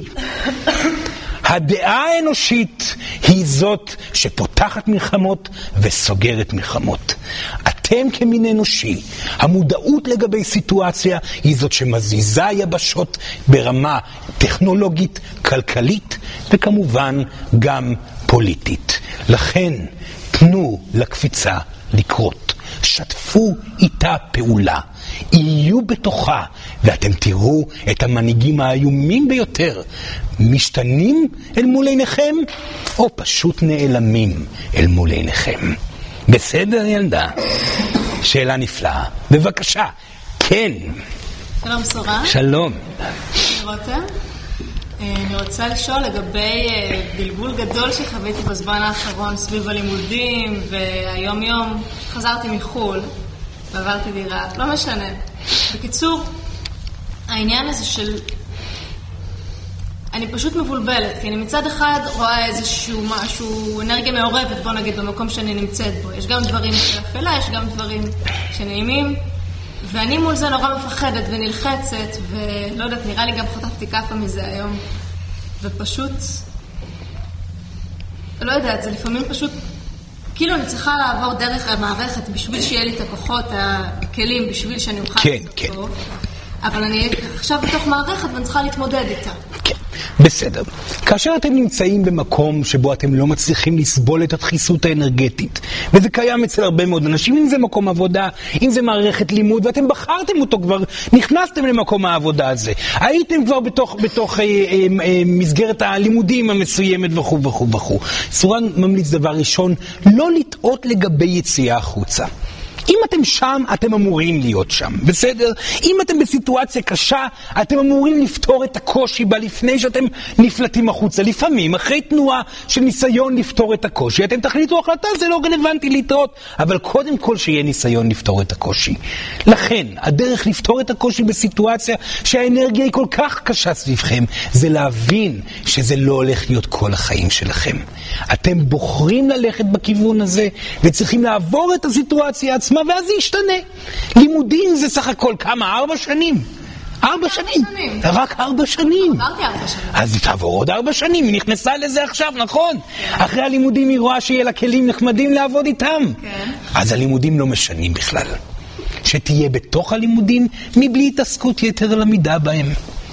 הדעה האנושית היא זאת שפותחת מלחמות וסוגרת מלחמות. אתם כמין אנושי, המודעות לגבי סיטואציה היא זאת שמזיזה יבשות ברמה טכנולוגית, כלכלית וכמובן גם פוליטית. לכן תנו לקפיצה לקרות, שתפו איתה פעולה, יהיו בתוכה, ואתם תראו את המנהיגים האיומים ביותר משתנים אל מול עיניכם, או פשוט נעלמים אל מול עיניכם. בסדר ילדה? שאלה נפלאה. בבקשה. כן. שלום שורה. שלום. רותם? אני רוצה לשאול לגבי בלבול גדול שחוויתי בזמן האחרון סביב הלימודים והיום יום חזרתי מחול ועברתי דירה, לא משנה. בקיצור, העניין הזה של אני פשוט מבולבלת, כי אני מצד אחד רואה איזשהו משהו, אנרגיה מעורבת, בוא נגיד, במקום שאני נמצאת בו. יש גם דברים של אפלה, יש גם דברים שנעימים, ואני מול זה נורא מפחדת ונלחצת, ולא יודעת, נראה לי גם חוטפתי כפה מזה היום, ופשוט, לא יודעת, זה לפעמים פשוט, כאילו אני צריכה לעבור דרך המערכת בשביל שיהיה לי את הכוחות, הכלים, בשביל שאני אוכל כן. טוב, אבל אני עכשיו בתוך מערכת ואני צריכה להתמודד איתה. כן, בסדר. כאשר אתם נמצאים במקום שבו אתם לא מצליחים לסבול את הדחיסות האנרגטית, וזה קיים אצל הרבה מאוד אנשים, אם זה מקום עבודה, אם זה מערכת לימוד, ואתם בחרתם אותו כבר, נכנסתם למקום העבודה הזה, הייתם כבר בתוך מסגרת הלימודים המסוימת וכו'. סורן ממליץ דבר ראשון, לא לטעות לגבי יציאה החוצה. אם אתם שם, אתם אמורים להיות שם, בסדר? אם אתם בסיטואציה קשה, אתם אמורים לפתור את הקושי בה לפני שאתם נפלטים החוצה. לפעמים, אחרי תנועה של ניסיון לפתור את הקושי, אתם תחליטו החלטה, זה לא רלוונטי להתראות, אבל קודם כל שיהיה ניסיון לפתור את הקושי. לכן, הדרך לפתור את הקושי בסיטואציה שהאנרגיה היא כל כך קשה סביבכם, זה להבין שזה לא הולך להיות כל החיים שלכם. אתם בוחרים ללכת בכיוון הזה, וצריכים לעבור את הסיטואציה עצמה, ואז זה ישתנה. לימודים זה סך הכל כמה? 4 שנים. 4 שנים. רק 4 שנים. עברתי 4 שנים. אז תעבור עוד 4 שנים. היא נכנסה לזה עכשיו, נכון? אחרי הלימודים היא רואה שיהיה לה כלים נחמדים לעבוד איתם. כן. אז הלימודים לא משנים בכלל. שתהיה בתוך הלימודים מבלי התעסקות יתר למידה בהם.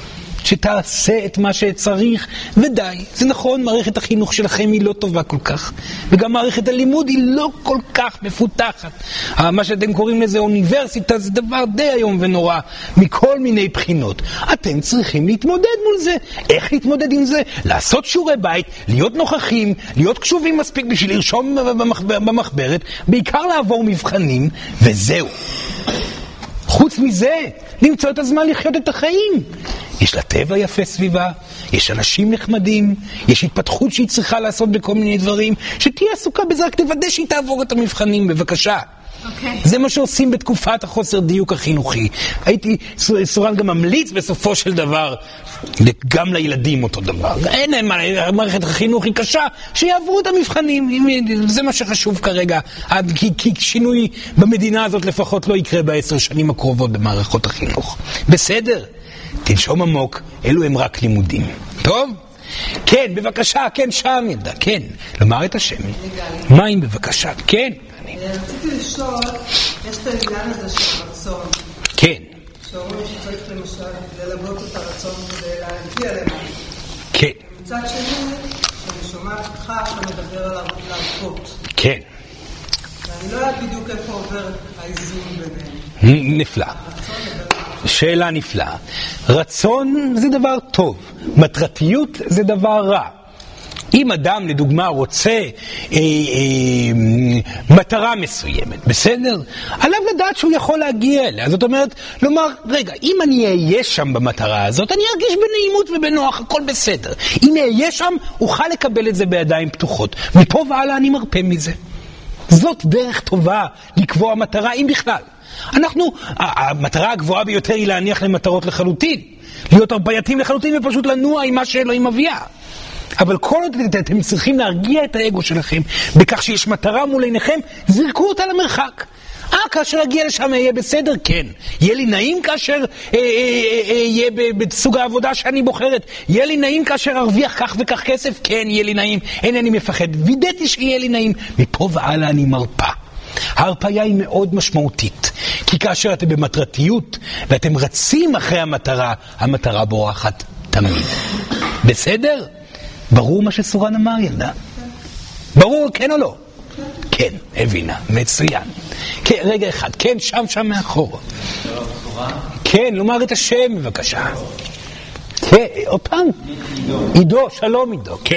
שתעשה את מה שצריך, ודי. זה נכון, מערכת החינוך שלכם היא לא טובה כל כך, וגם מערכת הלימוד היא לא כל כך מפותחת. מה שאתם קוראים לזה אוניברסיטה זה דבר די היום ונורא, מכל מיני בחינות. אתם צריכים להתמודד מול זה. איך להתמודד עם זה? לעשות שיעורי בית, להיות נוכחים, להיות קשובים מספיק בשביל לרשום במחברת, בעיקר לעבור מבחנים, וזהו. חוץ מזה, למצוא את הזמן לחיות את החיים. יש לה טבע יפה סביבה, יש אנשים נחמדים, יש התפתחות שהיא צריכה לעשות בכל מיני דברים, שתהיה עסוקה בזה, רק תוודא שהיא תעבור את המבחנים, בבקשה. זה מה שעושים בתקופת החוסר דיוק החינוכי. הייתי סורן גם ממליץ בסופו של דבר, גם לילדים אותו דבר. אין להם, מערכת החינוך היא קשה, שיעברו את המבחנים. זה מה שחשוב כרגע, כי שינוי במדינה הזאת לפחות לא יקרה ב10 שנים הקרובות במערכות החינוך. בסדר? תנשום עמוק, אלו הם רק לימודים. טוב? כן, בבקשה, כן, שם ילדה, כן. לומר את השם. מים בבקשה, כן. רציתי לשאול, יש את העניין הזה של רצון. כן. שאומרים שצריך למשל ללגות את הרצון כדי להגיע למה. כן. מצד שני, אני שומעת אותך, אתה מדבר על להרפות. כן. ואני לא יודעת בדיוק איפה עובר האיזון ביניהם. נפלא. שאלה נפלאה. רצון זה דבר טוב, מטרתיות זה דבר רע. אם אדם לדוגמה רוצה מטרה מסוימת, בסדר? עליו לדעת שהוא יכול להגיע אליה. זאת אומרת, לומר, רגע, אם אני אהיה שם במטרה הזאת, אני ארגיש בנעימות ובנוח, הכל בסדר. אם אהיה שם, אוכל לקבל את זה בידיים פתוחות. מפה והלאה אני מרפא מזה. זאת דרך טובה לקבוע מטרה, אם בכלל. המטרה הגבוהה ביותר היא להניח למטרות לחלוטין. להיות הרפייתים לחלוטין ופשוט לנוע עם מה שאלוהים מביאה. אבל כל עוד אתם צריכים להרגיע את האגו שלכם בכך שיש מטרה מול עיניכם, זרקו אותה למרחק. כאשר אגיע לשם יהיה בסדר? כן. יהיה לי נעים כאשר יהיה בסוג העבודה שאני בוחרת? יהיה לי נעים כאשר ארוויח כך וכך כסף? כן, יהיה לי נעים. אינני מפחד. וידאתי שיהיה לי נעים. מפה והלאה אני מרפא. ההרפאיה היא מאוד משמעותית, כי כאשר אתם במטרתיות ואתם רצים אחרי המטרה, המטרה בורחת תמיד. בסדר? ברור מה שסורן אמר, ילדה? ברור, כן או לא? כן, הבינה, מצוין. כן, רגע אחד, כן, שם מאחור. כן, לומר את השם בבקשה. כן, עוד פעם. עידו, שלום עידו, כן.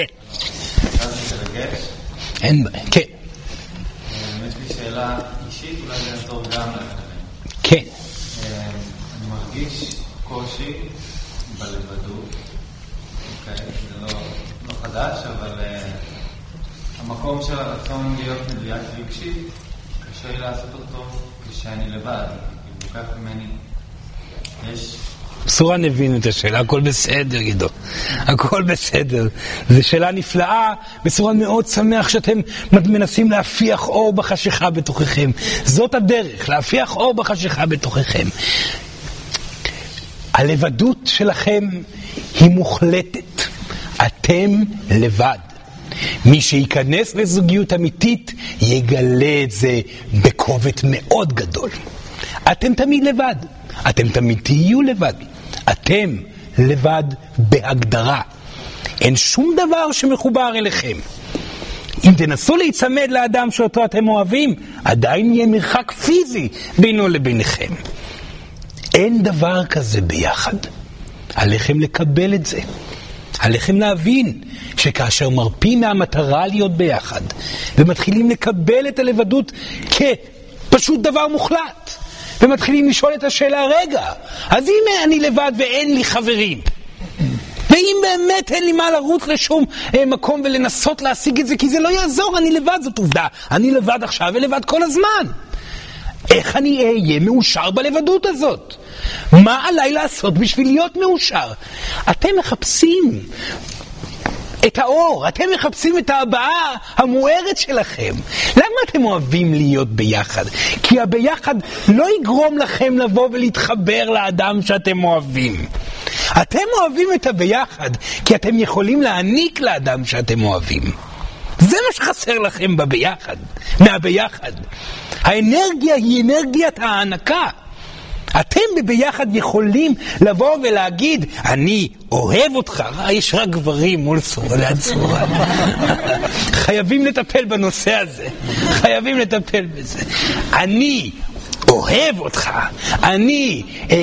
אין בעיה, כן. יש לי שאלה אישית, אולי זה יעזור גם לאחרים. כן. אני מרגיש קושי בלבדות. זה לא חדש, אבל המקום של הרצון להיות מדויק רגשית, קשה לי לעשות אותו כשאני לבד. לוקח ממני, יש... סורן הבין את השאלה, הכל בסדר, עידו. הכל בסדר. זו שאלה נפלאה, וסורן מאוד שמח שאתם מנסים להפיח אור בחשיכה בתוככם. זאת הדרך, להפיח אור בחשיכה בתוככם. הלבדות שלכם היא מוחלטת. אתם לבד. מי שייכנס לזוגיות אמיתית יגלה את זה בכובד מאוד גדול. אתם תמיד לבד. אתם תמיד תהיו לבד. אתם לבד בהגדרה. אין שום דבר שמחובר אליכם. אם תנסו להיצמד לאדם שאותו אתם אוהבים, עדיין יהיה מרחק פיזי בינו לביניכם. אין דבר כזה ביחד. עליכם לקבל את זה. עליכם להבין שכאשר מרפים מהמטרה להיות ביחד ומתחילים לקבל את הלבדות כפשוט דבר מוחלט, ומתחילים לשאול את השאלה, רגע, אז אם אני לבד ואין לי חברים, ואם באמת אין לי מה לרוץ לשום מקום ולנסות להשיג את זה, כי זה לא יעזור, אני לבד, זאת עובדה, אני לבד עכשיו ולבד כל הזמן, איך אני אהיה מאושר בלבדות הזאת? מה עליי לעשות בשביל להיות מאושר? אתם מחפשים את האור, אתם מחפשים את ההבעה המוארת שלכם. למה אתם אוהבים להיות ביחד? כי הביחד לא יגרום לכם לבוא ולהתחבר לאדם שאתם אוהבים. אתם אוהבים את הביחד כי אתם יכולים להעניק לאדם שאתם אוהבים. זה מה שחסר לכם בביחד, מהביחד. האנרגיה היא אנרגיית ההענקה. אתם בביחד יכולים לבוא ולהגיד, אני אוהב אותך. יש רק גברים מול ליד סורן. חייבים לטפל בנושא הזה. חייבים לטפל בזה. אני אוהב אותך. אני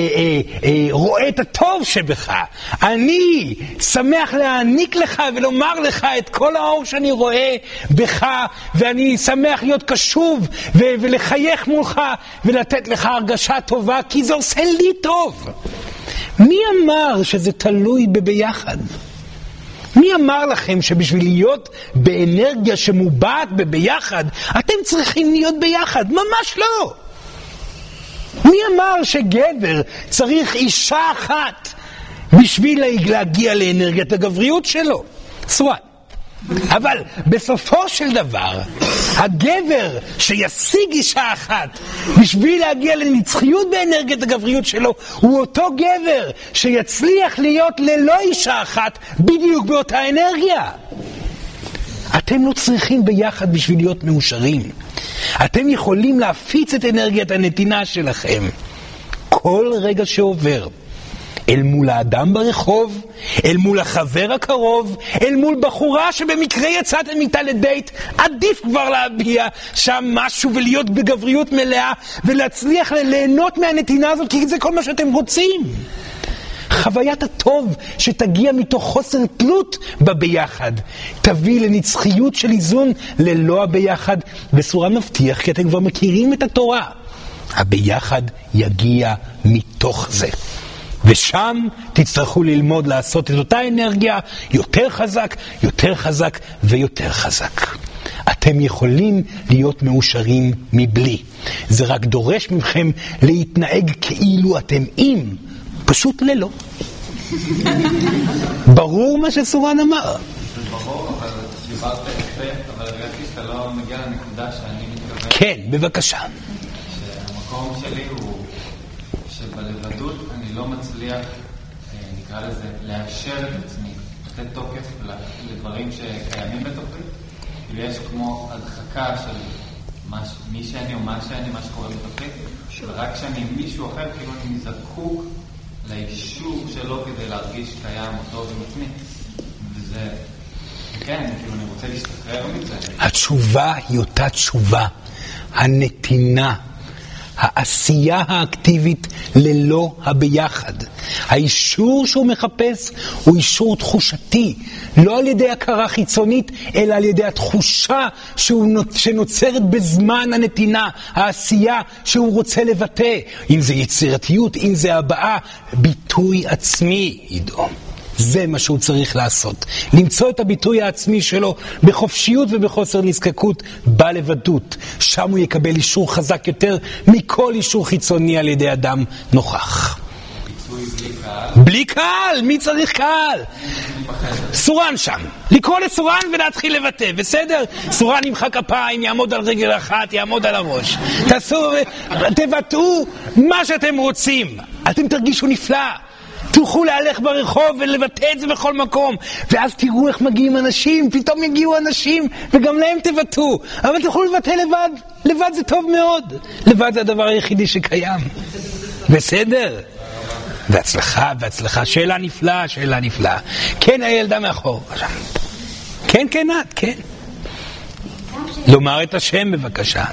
רואה את הטוב שבך. אני שמח להעניק לך ולומר לך את כל האור שאני רואה בך, ואני שמח להיות קשוב ולחייך מולך ולתת לך הרגשה טובה, כי זה עושה לי טוב. מי אמר שזה תלוי בביחד? מי אמר לכם שבשביל להיות באנרגיה שמובעת בביחד אתם צריכים להיות ביחד? ממש לא. מי אמר שגבר צריך אישה אחת בשביל להגיע לאנרגיית הגבריות שלו? סורן. אבל בסופו של דבר, הגבר שישיג אישה אחת בשביל להגיע לנצחיות באנרגיית הגבריות שלו, הוא אותו גבר שיצליח להיות ללא אישה אחת בדיוק באותה אנרגיה. אתם לא צריכים ביחד בשביל להיות מאושרים. אתם יכולים להפיץ את אנרגיית הנתינה שלכם כל רגע שעובר, אל מול האדם ברחוב, אל מול החבר הקרוב, אל מול בחורה שבמקרה יצאתם איתה לדייט. עדיף כבר להביע שם משהו ולהיות בגבריות מלאה ולהצליח ליהנות מהנתינה הזאת, כי זה כל מה שאתם רוצים. חוויית הטוב שתגיע מתוך חוסר תלות בביחד תביא לנצחיות של איזון ללא הביחד, וסורן מבטיח, כי אתם כבר מכירים את התורה, הביחד יגיע מתוך זה, ושם תצטרכו ללמוד לעשות את אותה אנרגיה יותר חזק, יותר חזק ויותר חזק. אתם יכולים להיות מאושרים מבלי. זה רק דורש מכם להתנהג כאילו אתם עם, פשוט ללא. ברור מה שסורן אמר? זה ברור, אבל דיברת יפה, אבל הרגשתי שאתה לא מגיע לנקודה שאני מתכוון. כן, בבקשה. שהמקום שלי הוא שבלבדות אני לא מצליח, נקרא לזה, לאשר את עצמי, לתת תוקף לדברים שקיימים בתוכי. יש כמו הדחקה של מי שאני או מה שאני, מה שקורה בתוכי, ורק כשאני עם מישהו אחר, כאילו אני זקוק לאישור שלו כדי להרגיש קיים אותו עם עצמי. וזה, כן, כאילו אני רוצה להשתחרר מזה. התשובה היא אותה תשובה, הנתינה, העשייה האקטיבית ללא הביחד. האישור שהוא מחפש הוא אישור תחושתי, לא על ידי הכרה חיצונית, אלא על ידי התחושה שנוצרת בזמן הנתינה, העשייה שהוא רוצה לבטא, אם זה יצירתיות, אם זה הבאה, ביטוי עצמי, עידו. זה מה שהוא צריך לעשות. למצוא את הביטוי העצמי שלו בחופשיות ובחוסר נזקקות, בלבדות. שם הוא יקבל אישור חזק יותר מכל אישור חיצוני על ידי אדם נוכח. ביטוי בלי קהל? בלי קהל! מי צריך קהל? סורן שם. לקרוא לסורן ולהתחיל לבטא, בסדר? סורן ימחא כפיים, יעמוד על רגל אחת, יעמוד על הראש. תבטאו מה שאתם רוצים. אתם תרגישו נפלא. תוכלו להלך ברחוב ולבטא את זה בכל מקום, ואז תראו איך מגיעים אנשים, פתאום יגיעו אנשים וגם להם תבטאו, אבל תוכלו לבטא לבד. לבד זה טוב מאוד, לבד זה הדבר היחידי שקיים. בסדר? והצלחה, והצלחה. שאלה נפלאה, שאלה נפלאה. כן, הילדה מאחור. כן, כן, את, כן. לומר את השם בבקשה.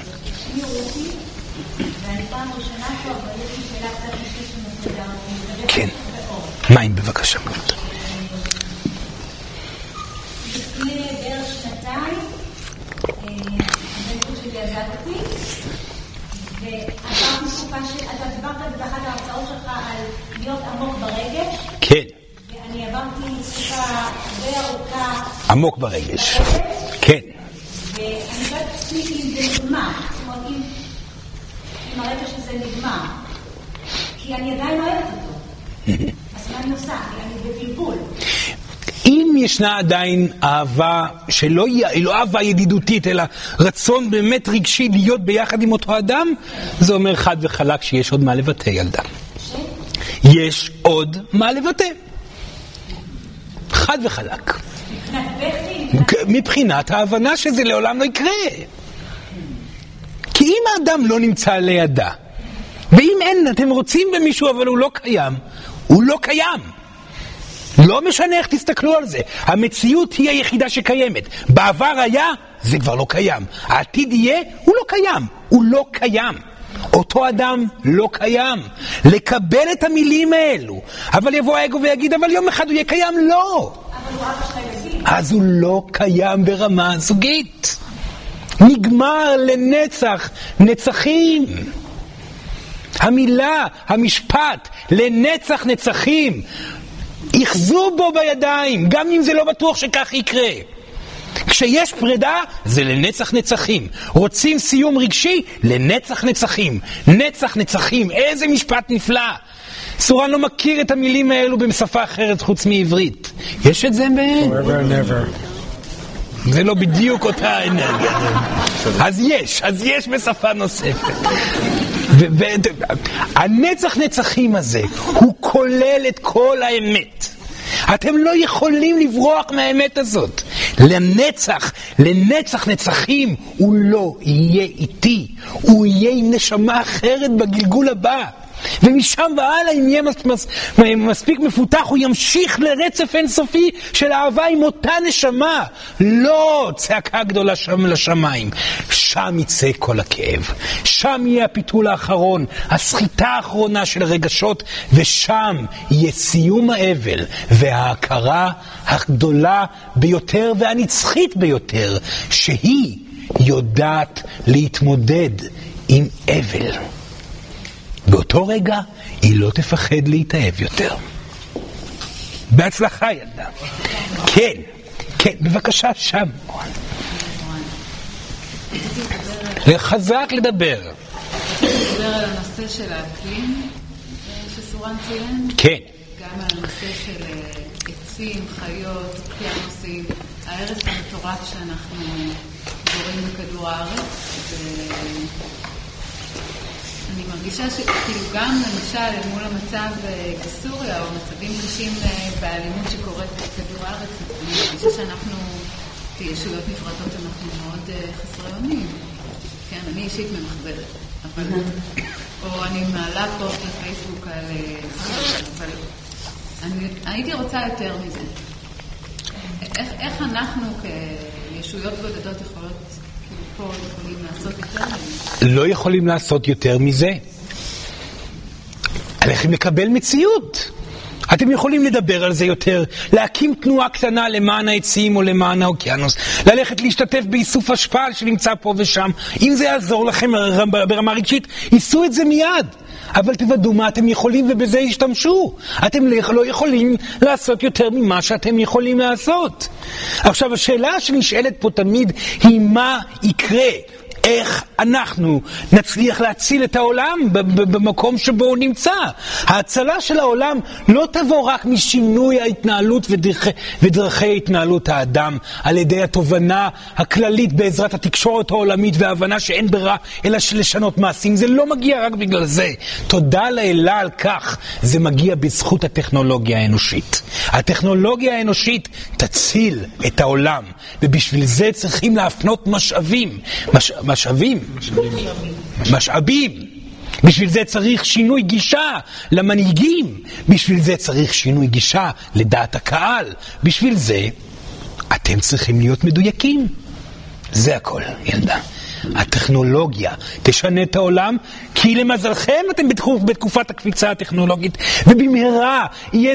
כן. מים בבקשה. לפני בערך שנתיים, הבן שלי עזב אותי, ועברתי תקופה אתה דיברת באחת ההרצאות שלך על להיות עמוק ברגש. כן. ואני עברתי תקופה הרבה ארוכה. עמוק ברגש. כן. ואני חושבת עצמי אם זה נגמר, זאת אומרת אם הרגש הזה נגמר, כי אני עדיין אוהבת אותו. אז מה אני עושה? אני בבלבול. אם ישנה עדיין אהבה שלא היא לא אהבה ידידותית, אלא רצון באמת רגשי להיות ביחד עם אותו אדם, זה אומר חד וחלק שיש עוד מה לבטא, ילדה. יש עוד מה לבטא. חד וחלק. מבחינת ההבנה שזה לעולם לא יקרה. כי אם האדם לא נמצא לידה, ואם אין, אתם רוצים במישהו אבל הוא לא קיים, הוא לא קיים. לא משנה איך תסתכלו על זה. המציאות היא היחידה שקיימת. בעבר היה, זה כבר לא קיים. העתיד יהיה, הוא לא קיים. הוא לא קיים. אותו אדם לא קיים. לקבל את המילים האלו. אבל יבוא האגו ויגיד, אבל יום אחד הוא יהיה קיים? לא. אבל הוא אבא של הילדים. אז הוא לא קיים ברמה זוגית. נגמר לנצח, נצחים. המילה, המשפט, לנצח נצחים, יחזו בו בידיים, גם אם זה לא בטוח שכך יקרה. כשיש פרידה, זה לנצח נצחים. רוצים סיום רגשי? לנצח נצחים. נצח נצחים, איזה משפט נפלא. סורן לא מכיר את המילים האלו בשפה אחרת חוץ מעברית. יש את זה forever and never. זה לא בדיוק אותה אנרגיה. אז יש בשפה נוספת. הנצח נצחים הזה הוא כולל את כל האמת. אתם לא יכולים לברוח מהאמת הזאת. לנצח נצחים הוא לא יהיה איתי, הוא יהיה עם נשמה אחרת בגלגול הבא. ומשם והלאה, אם יהיה מספיק מפותח, הוא ימשיך לרצף אינסופי של אהבה עם אותה נשמה. לא צעקה גדולה שם לשמיים. שם יצא כל הכאב. שם יהיה הפיתול האחרון, הסחיטה האחרונה של הרגשות, ושם יהיה סיום האבל וההכרה הגדולה ביותר והנצחית ביותר, שהיא יודעת להתמודד עם אבל. באותו רגע היא לא תפחד להתאהב יותר. בהצלחה ילדה. כן, כן, בבקשה שם. חזק לדבר. לדבר על הנושא של האקלים שסורן ציין? כן. גם על הנושא של עצים, חיות, אוקיינוסים, ההרס המטורף שאנחנו גורים בכדור הארץ. אני מרגישה שכאילו גם למשל מול המצב בסוריה או מצבים קשים באלימות שקורית בכדור הארץ, אני מרגישה שאנחנו כישויות נפרדות אנחנו מאוד חסרי אונים. כן, אני אישית ממחזרת, אבל או אני מעלה פוסט לפייסבוק על אבל אני הייתי רוצה יותר מזה. איך אנחנו כישויות בודדות יכולות פה יכולים לעשות יותר מזה? לא יכולים לעשות יותר מזה. עליכם לקבל מציאות. אתם יכולים לדבר על זה יותר, להקים תנועה קטנה למען העצים או למען האוקיינוס, ללכת להשתתף באיסוף השפעה שנמצא פה ושם. אם זה יעזור לכם ברמה רגשית, ייסו את זה מיד. אבל תוודאו מה אתם יכולים ובזה ישתמשו. אתם לא יכולים לעשות יותר ממה שאתם יכולים לעשות. עכשיו, השאלה שנשאלת פה תמיד היא מה יקרה. איך אנחנו נצליח להציל את העולם במקום שבו הוא נמצא. ההצלה של העולם לא תבוא רק משינוי ההתנהלות ודרכי התנהלות האדם על ידי התובנה הכללית בעזרת התקשורת העולמית וההבנה שאין ברירה אלא לשנות מעשים. זה לא מגיע רק בגלל זה. תודה לאלה על כך. זה מגיע בזכות הטכנולוגיה האנושית. הטכנולוגיה האנושית תציל את העולם, ובשביל זה צריכים להפנות משאבים. בשביל זה צריך שינוי גישה למנהיגים. בשביל זה צריך שינוי גישה לדעת הקהל. בשביל זה אתם צריכים להיות מדויקים. זה הכל, ילדה. הטכנולוגיה תשנה את העולם, כי למזלכם אתם בתקופת הקפיצה הטכנולוגית, ובמהרה יהיה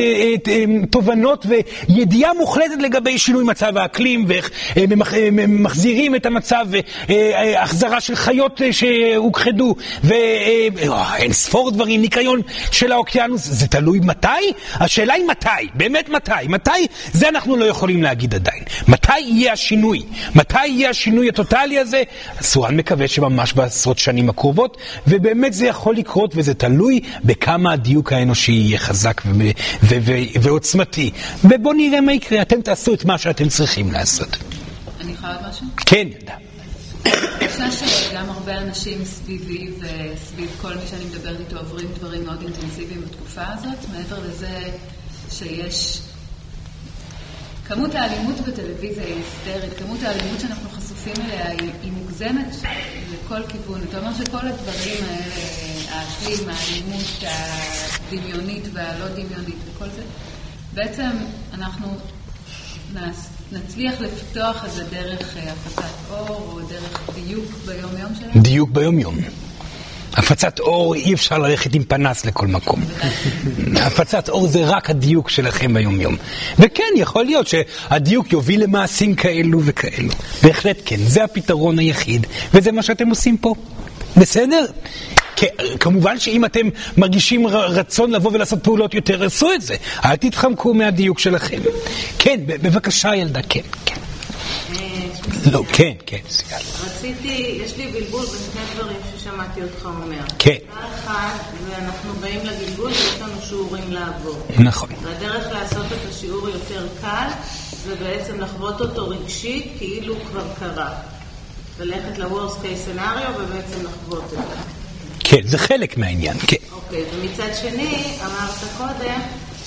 תובנות וידיעה מוחלטת לגבי שינוי מצב האקלים, ואיך מחזירים את המצב, והחזרה של חיות שהוכחדו, ואין ספור דברים, ניקיון של האוקיינוס. זה תלוי מתי? השאלה היא מתי, באמת מתי? מתי? זה אנחנו לא יכולים להגיד עדיין. מתי יהיה השינוי? מתי יהיה השינוי הטוטלי הזה? סורן מקווה שממש בעשרות שנים הקרובות, ובאמת זה יכול לקרות, וזה תלוי בכמה הדיוק האנושי יהיה חזק ועוצמתי. ובוא נראה מה יקרה. אתם תעשו את מה שאתם צריכים לעשות. אני יכולה עוד משהו? כן, ילדה. אני חושב שגם הרבה אנשים סביבי וסביב כל מי שאני מדברת איתו עוברים דברים מאוד אינטנסיביים בתקופה הזאת, מעבר לזה שיש כמות האלימות בטלוויזיה היא היסטרית, כמות האלימות שאנחנו חשופים אליה היא מוגזמת לכל כיוון. אתה אומר שכל הדברים האלה, האקלים, האלימות הדמיונית והלא דמיונית וכל זה, בעצם אנחנו נצליח לפתוח איזה דרך הפצת אור או דרך דיוק ביום יום שלנו? דיוק ביום יום. הפצת אור אי אפשר ללכת עם פנס לכל מקום. הפצת אור זה רק הדיוק שלכם ביום יום. וכן, יכול להיות שהדיוק יוביל למעשים כאלו וכאלו. בהחלט כן, זה הפתרון היחיד, וזה מה שאתם עושים פה. בסדר? כמובן שאם אתם מרגישים רצון לבוא ולעשות פעולות יותר, עשו את זה. אל תתחמקו מהדיוק שלכם. כן, בבקשה ילדה, כן, כן. לא, כן, כן, סיגל. רציתי, יש לי בלבול בין שני דברים ששמעתי אותך אומר. כן. אחד, ואנחנו באים לגלגול ויש לנו שיעורים לעבור. נכון. והדרך לעשות את השיעור יותר קל, זה בעצם לחוות אותו רגשית, כאילו כבר קרה. ללכת ל-worst case scenario ובעצם לחוות את זה. כן, זה חלק מהעניין, כן. אוקיי, ומצד שני, אמרת קודם,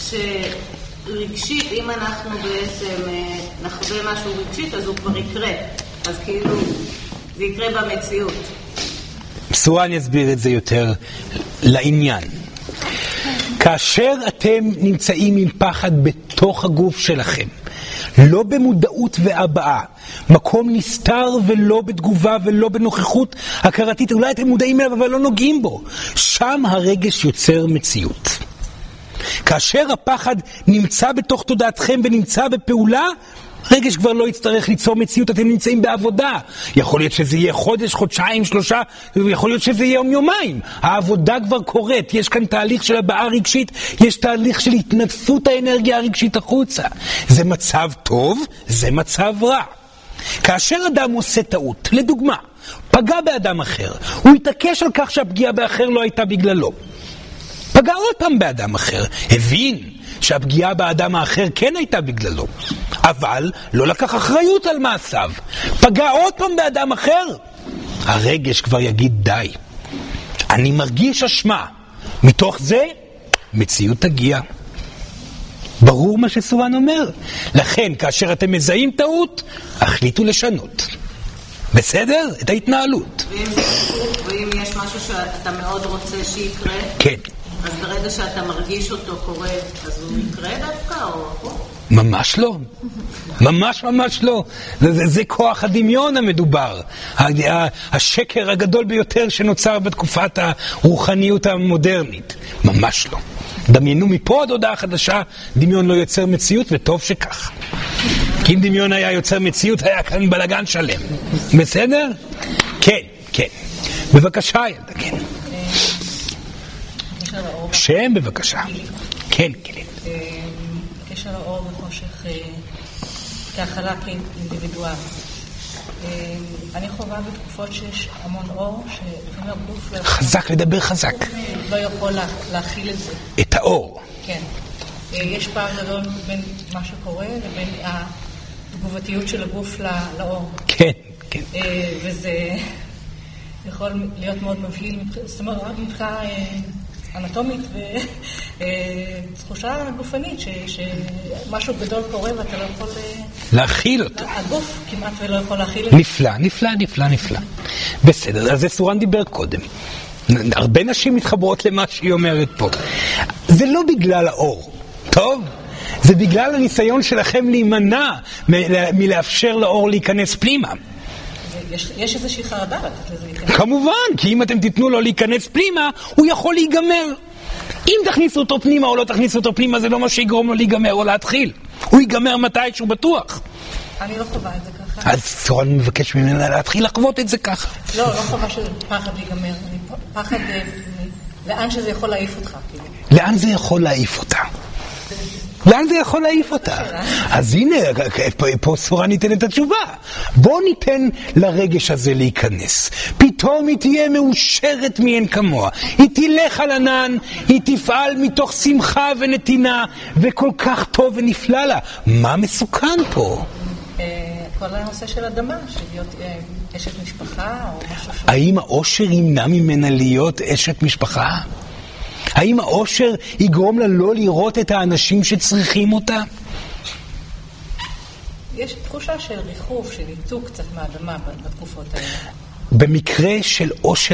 רגשית, אם אנחנו בעצם נחווה משהו רגשית, אז הוא כבר יקרה. אז כאילו, זה יקרה במציאות. סורן יסביר את זה יותר לעניין. כאשר אתם נמצאים עם פחד בתוך הגוף שלכם, לא במודעות והבעה, מקום נסתר ולא בתגובה ולא בנוכחות הכרתית, אולי אתם מודעים אליו אבל לא נוגעים בו, שם הרגש יוצר מציאות. כאשר הפחד נמצא בתוך תודעתכם ונמצא בפעולה, רגש כבר לא יצטרך ליצור מציאות, אתם נמצאים בעבודה. יכול להיות שזה יהיה חודש, חודשיים, 3, יכול להיות שזה יהיה יום-יומיים. העבודה כבר קורית, יש כאן תהליך של הבעה רגשית, יש תהליך של התנדפות האנרגיה הרגשית החוצה. זה מצב טוב, זה מצב רע. כאשר אדם עושה טעות, לדוגמה, פגע באדם אחר, הוא התעקש על כך שהפגיעה באחר לא הייתה בגללו. פגע עוד פעם באדם אחר, הבין שהפגיעה באדם האחר כן הייתה בגללו, אבל לא לקח אחריות על מעשיו. פגע עוד פעם באדם אחר, הרגש כבר יגיד די. אני מרגיש אשמה. מתוך זה, מציאות תגיע. ברור מה שסורן אומר. לכן, כאשר אתם מזהים טעות, החליטו לשנות. בסדר? את ההתנהלות. ואם יש משהו שאתה מאוד רוצה שיקרה? כן. אז ברגע שאתה מרגיש אותו קורה, אז הוא יקרה דווקא או? ממש לא. ממש ממש לא. זה כוח הדמיון המדובר. השקר הגדול ביותר שנוצר בתקופת הרוחניות המודרנית. ממש לא. דמיינו מפה עד הודעה חדשה, דמיון לא יוצר מציאות, וטוב שכך. כי אם דמיון היה יוצר מציאות, היה כאן בלגן שלם. בסדר? כן, כן. בבקשה, ילדה, כן. שם בבקשה. כן, כן. קשר האור וחושך כהכלה כאינדיבידואל. אני חווה בתקופות שיש המון אור, שלפעמים הגוף חזק, לדבר חזק. לא יכול להכיל את זה. את האור. כן. יש פער גדול בין מה שקורה לבין התגובתיות של הגוף לאור. כן, כן. וזה יכול להיות מאוד מבהיל, זאת אומרת, רק מבחינה אנטומית ותחושה גופנית שמשהו גדול קורה ואתה לא יכול להכיל אותו. הגוף כמעט ולא יכול להכיל אותו. נפלא, נפלא, נפלא, נפלא. בסדר, אז זה סורן דיבר קודם. הרבה נשים מתחברות למה שהיא אומרת פה. זה לא בגלל האור, טוב? זה בגלל הניסיון שלכם להימנע מלאפשר לאור להיכנס פנימה. יש איזושהי חרדה לתת לזה להיכנס. כמובן, כי אם אתם תיתנו לו להיכנס פנימה, הוא יכול להיגמר. אם תכניסו אותו פנימה או לא תכניסו אותו פנימה, זה לא מה שיגרום לו להיגמר או להתחיל. הוא ייגמר מתי שהוא בטוח. אני לא חווה את זה ככה. אז סורן מבקש ממנה להתחיל לחוות את זה ככה. לא חווה שזה פחד להיגמר. אני פחד לאן שזה יכול להעיף אותך. לאן זה יכול להעיף אותה? לאן זה יכול להעיף אותה? אז הנה, פה סורן ניתן את התשובה. בוא ניתן לרגש הזה להיכנס. פתאום היא תהיה מאושרת מאין כמוה. היא תלך על ענן, היא תפעל מתוך שמחה ונתינה, וכל כך טוב ונפלא לה. מה מסוכן פה? כל הנושא של אדמה, של להיות אשת משפחה או משהו ש... האם האושר ימנע ממנה להיות אשת משפחה? האם האושר יגרום לה לא לראות את האנשים שצריכים אותה? יש תחושה של ריחוף, של ניתוק קצת מהאדמה בתקופות האלה. במקרה של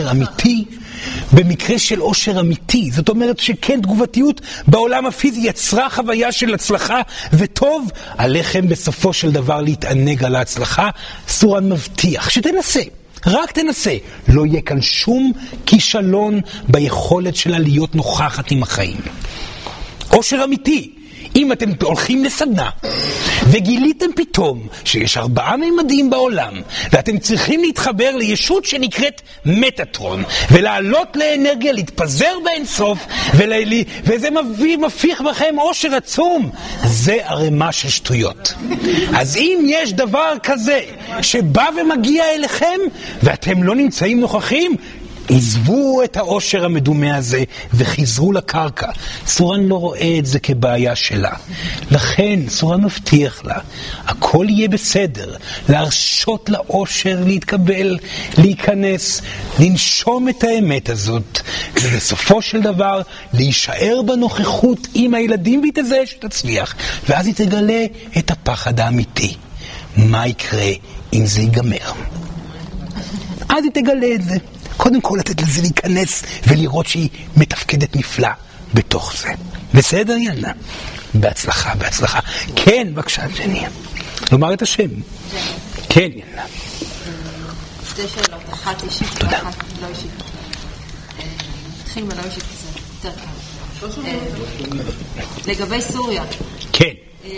אושר אמיתי, זאת אומרת שכן תגובתיות בעולם הפיזי יצרה חוויה של הצלחה וטוב, עליכם בסופו של דבר להתענג על ההצלחה. סורן מבטיח שתנסה. רק תנסה, לא יהיה כאן שום כישלון ביכולת שלה להיות נוכחת עם החיים. אושר אמיתי, אם אתם הולכים לסדנה וגיליתם פתאום שיש 4 ממדים בעולם ואתם צריכים להתחבר לישות שנקראת מטאטרון ולעלות לאנרגיה, להתפזר באינסוף וזה מפיח בכם אושר עצום, זה ערימה של שטויות. אז אם יש דבר כזה שבא ומגיע אליכם ואתם לא נמצאים נוכחים, עזבו את האושר המדומה הזה וחזרו לקרקע. סורן לא רואה את זה כבעיה שלה. לכן סורן מבטיח לה, הכל יהיה בסדר. להרשות לאושר להתקבל, להיכנס, לנשום את האמת הזאת, ובסופו של דבר להישאר בנוכחות עם הילדים והיא תזהה שתצליח. ואז היא תגלה את הפחד האמיתי. מה יקרה אם זה ייגמר? אז היא תגלה את זה. קודם כל לתת לזה להיכנס ולראות שהיא מתפקדת נפלא בתוך זה. בסדר, ילדה? בהצלחה, בהצלחה. כן, בבקשה, ג'ני. לומר את השם. כן, ילדה. שתי שאלות, אחת אישית תודה. ואחת לא אישית. נתחיל בלא אישית כזה, יותר קל. לגבי סוריה. כן.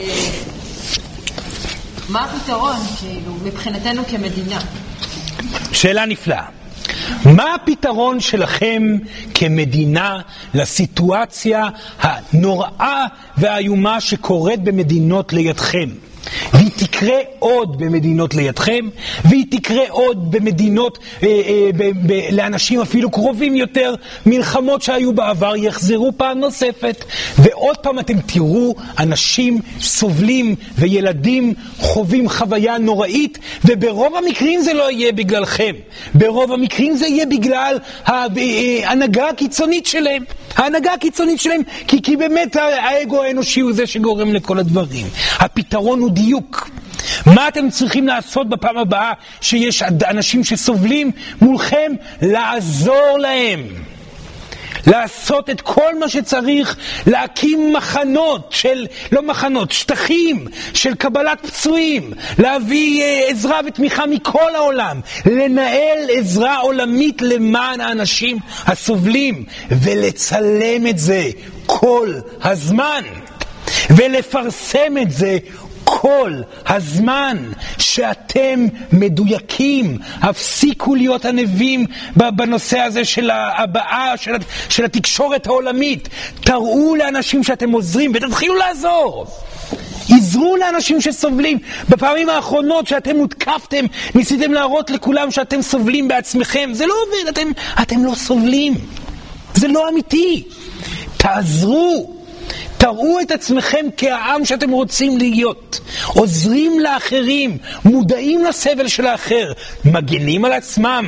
מה הפתרון, כאילו, מבחינתנו כמדינה? שאלה נפלאה. מה הפתרון שלכם כמדינה לסיטואציה הנוראה והאיומה שקורית במדינות לידכם? והיא תקרה עוד במדינות לידכם, והיא תקרה עוד במדינות לאנשים אפילו קרובים יותר. מלחמות שהיו בעבר יחזרו פעם נוספת, ועוד פעם אתם תראו אנשים סובלים וילדים חווים חוויה נוראית, וברוב המקרים זה לא יהיה בגללכם, ברוב המקרים זה יהיה בגלל ההנהגה הקיצונית שלהם. ההנהגה הקיצונית שלהם, כי באמת האגו האנושי הוא זה שגורם לכל הדברים. הפתרון הוא דיוק. מה אתם צריכים לעשות בפעם הבאה שיש אנשים שסובלים מולכם? לעזור להם. לעשות את כל מה שצריך, להקים מחנות לא מחנות, שטחים של קבלת פצועים, להביא עזרה ותמיכה מכל העולם, לנהל עזרה עולמית למען האנשים הסובלים, ולצלם את זה כל הזמן, ולפרסם את זה כל הזמן, שאתם מדויקים. הפסיקו להיות הנביאים בנושא הזה של הבאה של התקשורת העולמית. תראו לאנשים שאתם עוזרים ותתחילו לעזור. עזרו לאנשים שסובלים. בפעמים האחרונות שאתם הותקפתם, ניסיתם להראות לכולם שאתם סובלים בעצמכם. זה לא עובד, אתם לא סובלים. זה לא אמיתי. תעזרו. תראו את עצמכם כעם שאתם רוצים להיות. עוזרים לאחרים, מודעים לסבל של האחר, מגנים על עצמם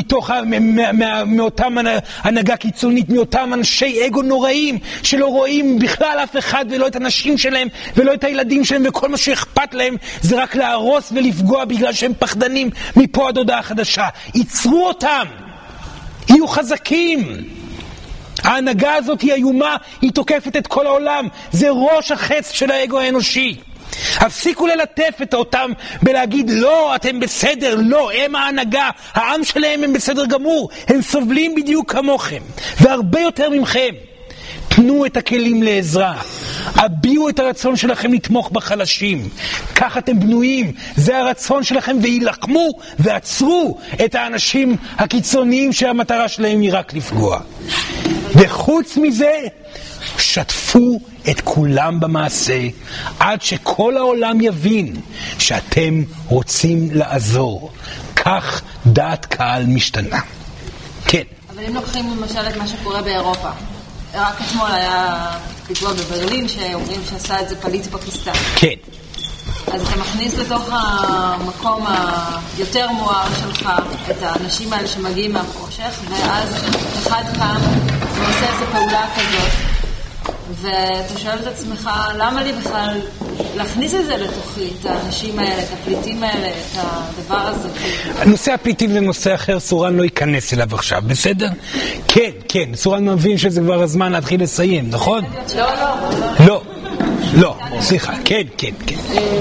מאותם הנהגה קיצונית, מאותם אנשי אגו נוראים שלא רואים בכלל אף אחד, ולא את הנשים שלהם ולא את הילדים שלהם, וכל מה שאכפת להם זה רק להרוס ולפגוע בגלל שהם פחדנים מפה עד הודעה חדשה. ייצרו אותם, יהיו חזקים. ההנהגה הזאת היא איומה, היא תוקפת את כל העולם. זה ראש החץ של האגו האנושי. הפסיקו ללטף את אותם בלהגיד לא, אתם בסדר, לא, הם ההנהגה, העם שלהם הם בסדר גמור, הם סובלים בדיוק כמוכם והרבה יותר ממכם. תנו את הכלים לעזרה, הביאו את הרצון שלכם לתמוך בחלשים. כך אתם בנויים, זה הרצון שלכם, וילחמו ועצרו את האנשים הקיצוניים שהמטרה שלהם היא רק לפגוע. וחוץ מזה, שתפו את כולם במעשה, עד שכל העולם יבין שאתם רוצים לעזור. כך דעת קהל משתנה. כן. אבל אם לוקחים למשל את מה שקורה באירופה, רק אתמול היה פיגוע בברלין שאומרים שעשה את זה פליט פקיסטן. כן. אז אתה מכניס לתוך המקום היותר מואר שלך את האנשים האלה שמגיעים מהחושך, ואז אחד קם ועושה איזו פעולה כזאת, ואתה שואל את עצמך, למה לי בכלל להכניס את זה לתוכי, את האנשים האלה, את הפליטים האלה, את הדבר הזה? נושא הפליטים זה נושא אחר, סורן לא ייכנס אליו עכשיו, בסדר? כן, כן, סורן מבין שזה כבר הזמן להתחיל לסיים, נכון? לא, לא, סליחה, כן, כן, כן.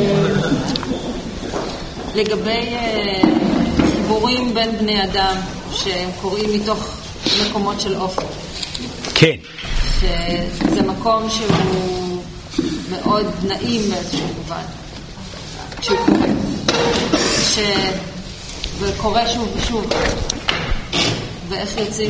לגבי חיבורים בין בני אדם שהם קוראים מתוך מקומות של אופן. כן. שזה מקום שהוא מאוד נעים באיזשהו מובן. כשהוא קורה. וקורה שוב ושוב. ואיך יוצאים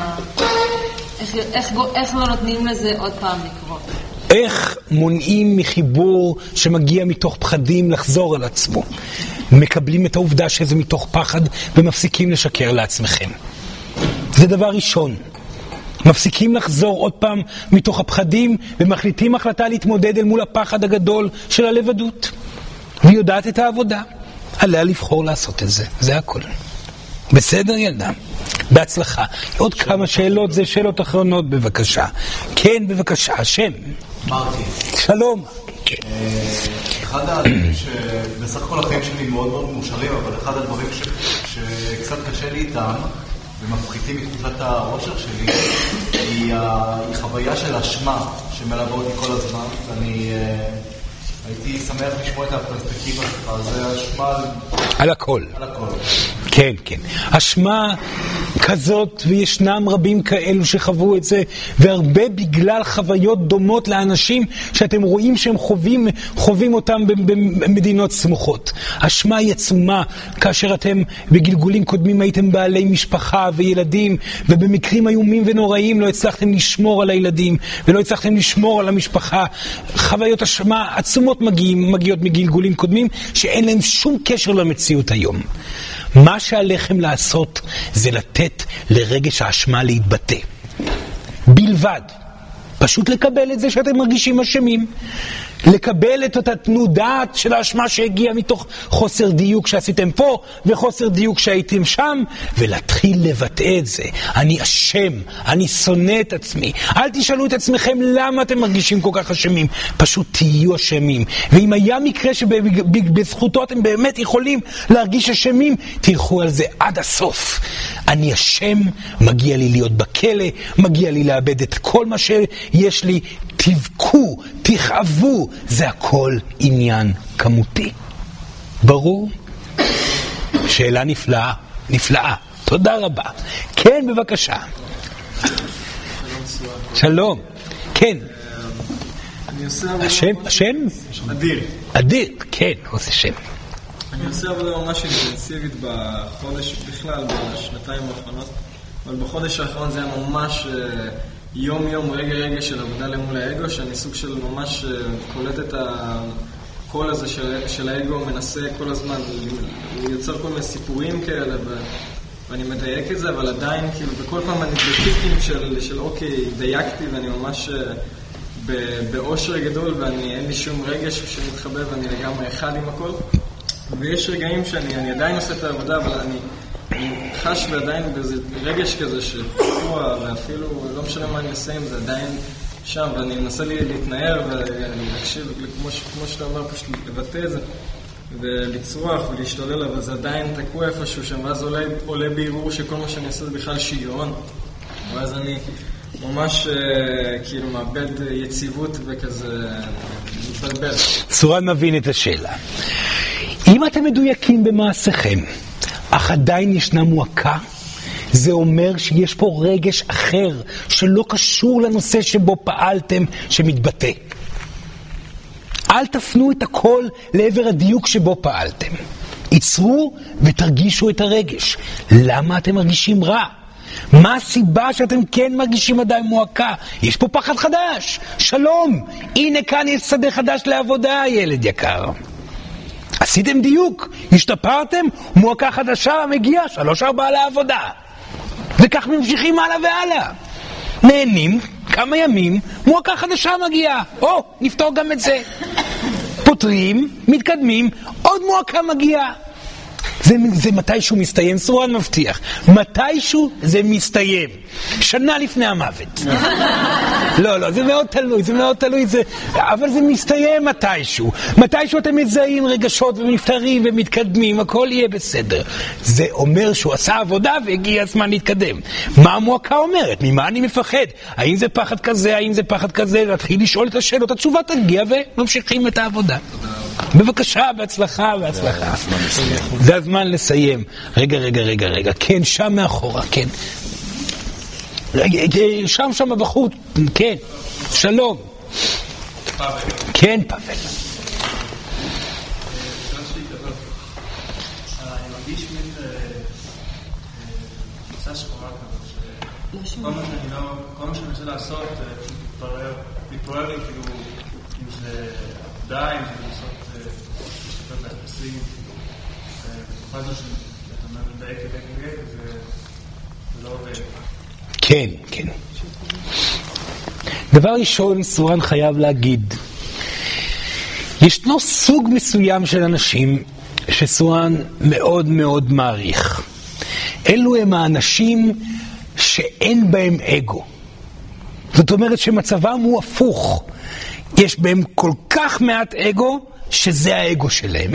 איך לא נותנים לזה עוד פעם לקרות? איך מונעים מחיבור שמגיע מתוך פחדים לחזור על עצמו? מקבלים את העובדה שזה מתוך פחד ומפסיקים לשקר לעצמכם. זה דבר ראשון. מפסיקים לחזור עוד פעם מתוך הפחדים ומחליטים החלטה להתמודד אל מול הפחד הגדול של הלבדות. והיא יודעת את העבודה. עליה לבחור לעשות את זה. זה הכל. בסדר ילדה? בהצלחה. עוד כמה שאלות, זה שאלות אחרונות בבקשה. כן בבקשה, השם. מרקי. שלום. אחד הדברים שבסך הכל החיים שלי מאוד מאוד מאושרים, אבל אחד הדברים שקצת קשה לי איתם ומפחיתים את תחושת האושר שלי, היא חוויה של אשמה שמלווה אותי כל הזמן, ואני הייתי שמח לשמוע את הפרספקטיבה שלך, זה אשמה על הכל. על הכל. כן, כן. אשמה כזאת, וישנם רבים כאלו שחוו את זה, והרבה בגלל חוויות דומות לאנשים שאתם רואים שהם חווים אותם במדינות סמוכות. אשמה היא עצומה, כאשר אתם בגלגולים קודמים הייתם בעלי משפחה וילדים, ובמקרים איומים ונוראים לא הצלחתם לשמור על הילדים, ולא הצלחתם לשמור על המשפחה. חוויות אשמה עצומות מגיעות מגלגולים קודמים, שאין להם שום קשר למציאות היום. מה שעליכם לעשות זה לתת לרגש האשמה להתבטא. בלבד. פשוט לקבל את זה שאתם מרגישים אשמים. לקבל את אותה תנודעת של האשמה שהגיעה מתוך חוסר דיוק שעשיתם פה וחוסר דיוק שהייתם שם, ולהתחיל לבטא את זה. אני אשם, אני שונא את עצמי. אל תשאלו את עצמכם למה אתם מרגישים כל כך אשמים. פשוט תהיו אשמים. ואם היה מקרה שבזכותו אתם באמת יכולים להרגיש אשמים, תלכו על זה עד הסוף. אני אשם, מגיע לי להיות בכלא, מגיע לי לאבד את כל מה שיש לי. תבכו, תכאבו, זה הכל עניין כמותי. ברור? שאלה נפלאה, נפלאה. תודה רבה. כן, בבקשה. שלום. כן. השם? אדיר. אדיר, כן, עושה שם. אני עושה עבודה ממש אינטנסיבית בחודש, בכלל בשנתיים האחרונות, אבל בחודש האחרון זה היה ממש יום רגע של עבודה למול האגו, שאני סוג של ממש קולט את הקול הזה של האגו, מנסה כל הזמן, הוא יוצר כל מיני סיפורים כאלה ואני מדייק את זה, אבל עדיין כאילו בכל פעם אני בפיקים של אוקיי, דייקתי ואני ממש באושר גדול ואין לי שום רגש שמתחבא ואני לגמרי אחד עם הכל, ויש רגעים שאני עדיין עושה את העבודה, אבל אני חש ועדיין באיזה רגש כזה שפצוע, ואפילו לא משנה מה אני אעשה עם זה, עדיין שם, ואני מנסה להתנער ולהקשיב, כמו שאתה אומר, פשוט לבטא את זה ולצרוח ולהשתולל, אבל זה עדיין תקוע איפשהו שם, ואז עולה בערעור שכל מה שאני עושה זה בכלל שיגעון, ואז אני ממש כאילו מאבד יציבות וכזה מתבלבל. סורן מבין את השאלה. אם אתם מדויקים במעשיכם, אך עדיין ישנה מועקה, זה אומר שיש פה רגש אחר שלא קשור לנושא שבו פעלתם שמתבטא. אל תפנו את הכל לעבר הדיוק שבו פעלתם. יצרו ותרגישו את הרגש. למה אתם מרגישים רע? מה הסיבה שאתם כן מרגישים עדיין מועקה? יש פה פחד חדש. שלום, הנה כאן יש שדה חדש לעבודה, ילד יקר. עשיתם דיוק, השתפרתם, מועקה חדשה מגיעה 3-4 לעבודה. וכך ממשיכים הלאה והלאה. נהנים, כמה ימים, מועקה חדשה מגיעה. נפתור גם את זה. פותרים, מתקדמים, עוד מועקה מגיעה. זה מתישהו מסתיים, סורן מבטיח. מתישהו זה מסתיים. שנה לפני המוות. לא, זה מאוד תלוי, אבל זה מסתיים מתישהו. מתישהו אתם מזהים רגשות ונפטרים ומתקדמים, הכל יהיה בסדר. זה אומר שהוא עשה עבודה והגיע הזמן להתקדם. מה המועקה אומרת? ממה אני מפחד? האם זה פחד כזה, האם זה פחד כזה? להתחיל לשאול את השאלות, התשובה תגיע וממשיכים את העבודה. בבקשה, בהצלחה. זה הזמן לסיים. רגע. כן, שם מאחורה, כן. שם בחוץ, כן. שלום. כן, פאבל. אני מרגיש תפיסה שחורה כזאת, כל מה שאני רוצה לעשות, מתפורר לי כאילו, אם זה עבודה, אם זה לעשות לשפר ביחסים, בתקופה הזו שאתה אומר לדייק, זה לא עובד. כן. דבר ראשון, סורן חייב להגיד, ישנו סוג מסוים של אנשים שסורן מאוד מאוד מעריך. אלו הם האנשים שאין בהם אגו. זאת אומרת שמצבם הוא הפוך. יש בהם כל כך מעט אגו שזה האגו שלהם.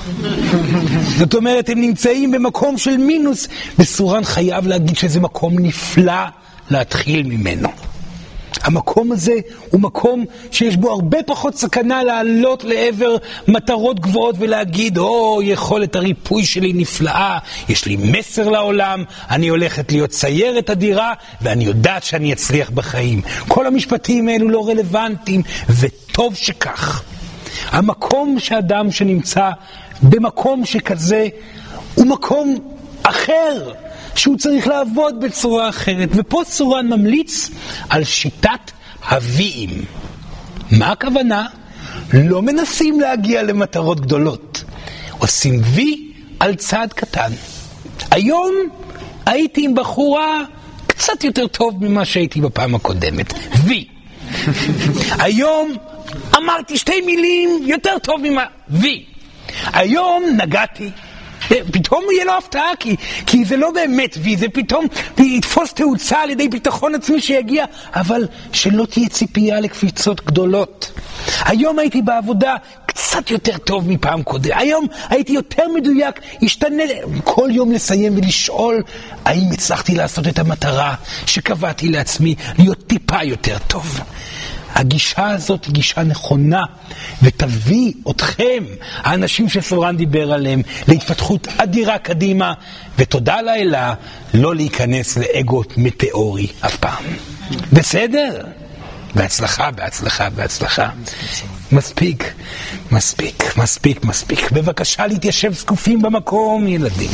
זאת אומרת, הם נמצאים במקום של מינוס, וסורן חייב להגיד שזה מקום נפלא להתחיל ממנו. המקום הזה הוא מקום שיש בו הרבה פחות סכנה לעלות לעבר מטרות גבוהות ולהגיד, יכולת הריפוי שלי נפלאה, יש לי מסר לעולם, אני הולכת להיות ציירת אדירה, ואני יודעת שאני אצליח בחיים. כל המשפטים האלו לא רלוונטיים, וטוב שכך. המקום שאדם שנמצא במקום שכזה, הוא מקום אחר, שהוא צריך לעבוד בצורה אחרת. ופה סורן ממליץ על שיטת הוויים. מה הכוונה? לא מנסים להגיע למטרות גדולות. עושים וי על צעד קטן. היום הייתי עם בחורה קצת יותר טוב ממה שהייתי בפעם הקודמת. וי. היום אמרתי 2 מילים יותר טוב ממה. וי. היום נגעתי. פתאום יהיה לו הפתעה, כי זה לא באמת וי, זה פתאום יתפוס תאוצה על ידי ביטחון עצמי שיגיע, אבל שלא תהיה ציפייה לקפיצות גדולות. היום הייתי בעבודה קצת יותר טוב מפעם קודם, היום הייתי יותר מדויק, השתנה כל יום לסיים ולשאול האם הצלחתי לעשות את המטרה שקבעתי לעצמי, להיות טיפה יותר טוב. הגישה הזאת היא גישה נכונה, ותביא אתכם, האנשים שסורן דיבר עליהם, להתפתחות אדירה קדימה, ותודה לאלה, לא להיכנס לאגו מטאורי אף פעם. בסדר? בהצלחה, בהצלחה, בהצלחה. מספיק, מספיק, מספיק, מספיק. בבקשה להתיישב זקופים במקום, ילדים.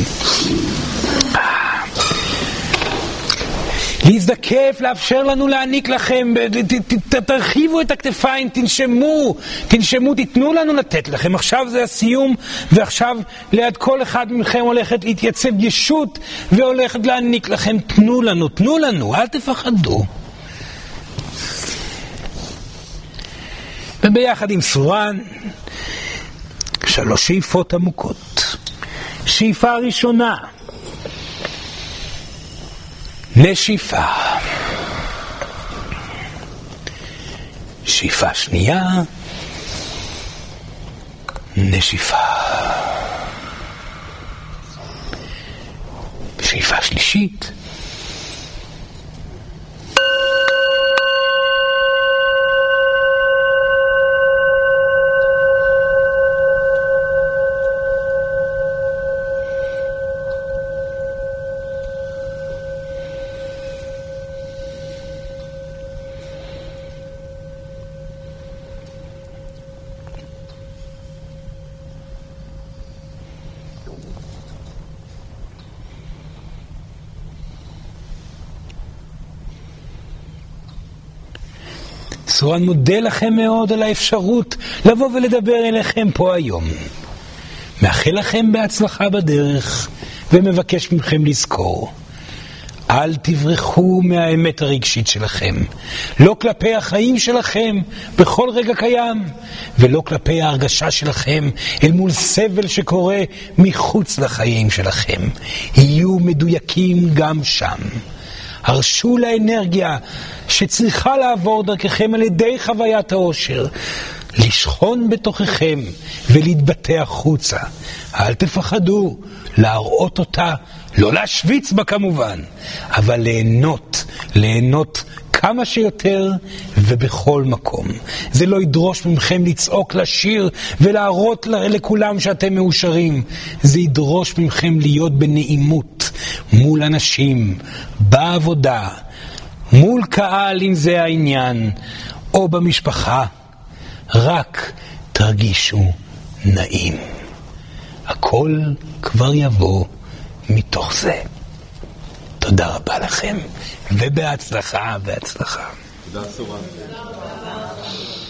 להזדקף, לאפשר לנו להעניק לכם, תרחיבו את הכתפיים, תנשמו, תיתנו לנו לתת לכם. עכשיו זה הסיום, ועכשיו ליד כל אחד מכם הולכת להתייצב ישות, והולכת להעניק לכם. תנו לנו, אל תפחדו. וביחד עם סורן, 3 שאיפות עמוקות. שאיפה ראשונה, נשיפה. שאיפה שנייה, נשיפה. שאיפה שלישית, סורן מודה לכם מאוד על האפשרות לבוא ולדבר אליכם פה היום. מאחל לכם בהצלחה בדרך, ומבקש מכם לזכור, אל תברחו מהאמת הרגשית שלכם, לא כלפי החיים שלכם בכל רגע קיים, ולא כלפי ההרגשה שלכם אל מול סבל שקורה מחוץ לחיים שלכם. יהיו מדויקים גם שם. הרשו לאנרגיה שצריכה לעבור דרככם על ידי חוויית האושר, לשכון בתוככם ולהתבטא החוצה. אל תפחדו להראות אותה, לא להשוויץ בה כמובן, אבל ליהנות כמה שיותר ובכל מקום. זה לא ידרוש מכם לצעוק, לשיר ולהראות לכולם שאתם מאושרים. זה ידרוש מכם להיות בנעימות מול אנשים, בעבודה, מול קהל אם זה העניין, או במשפחה. רק תרגישו נעים. הכל כבר יבוא מתוך זה. תודה רבה לכם, ובהצלחה, בהצלחה. תודה סורן.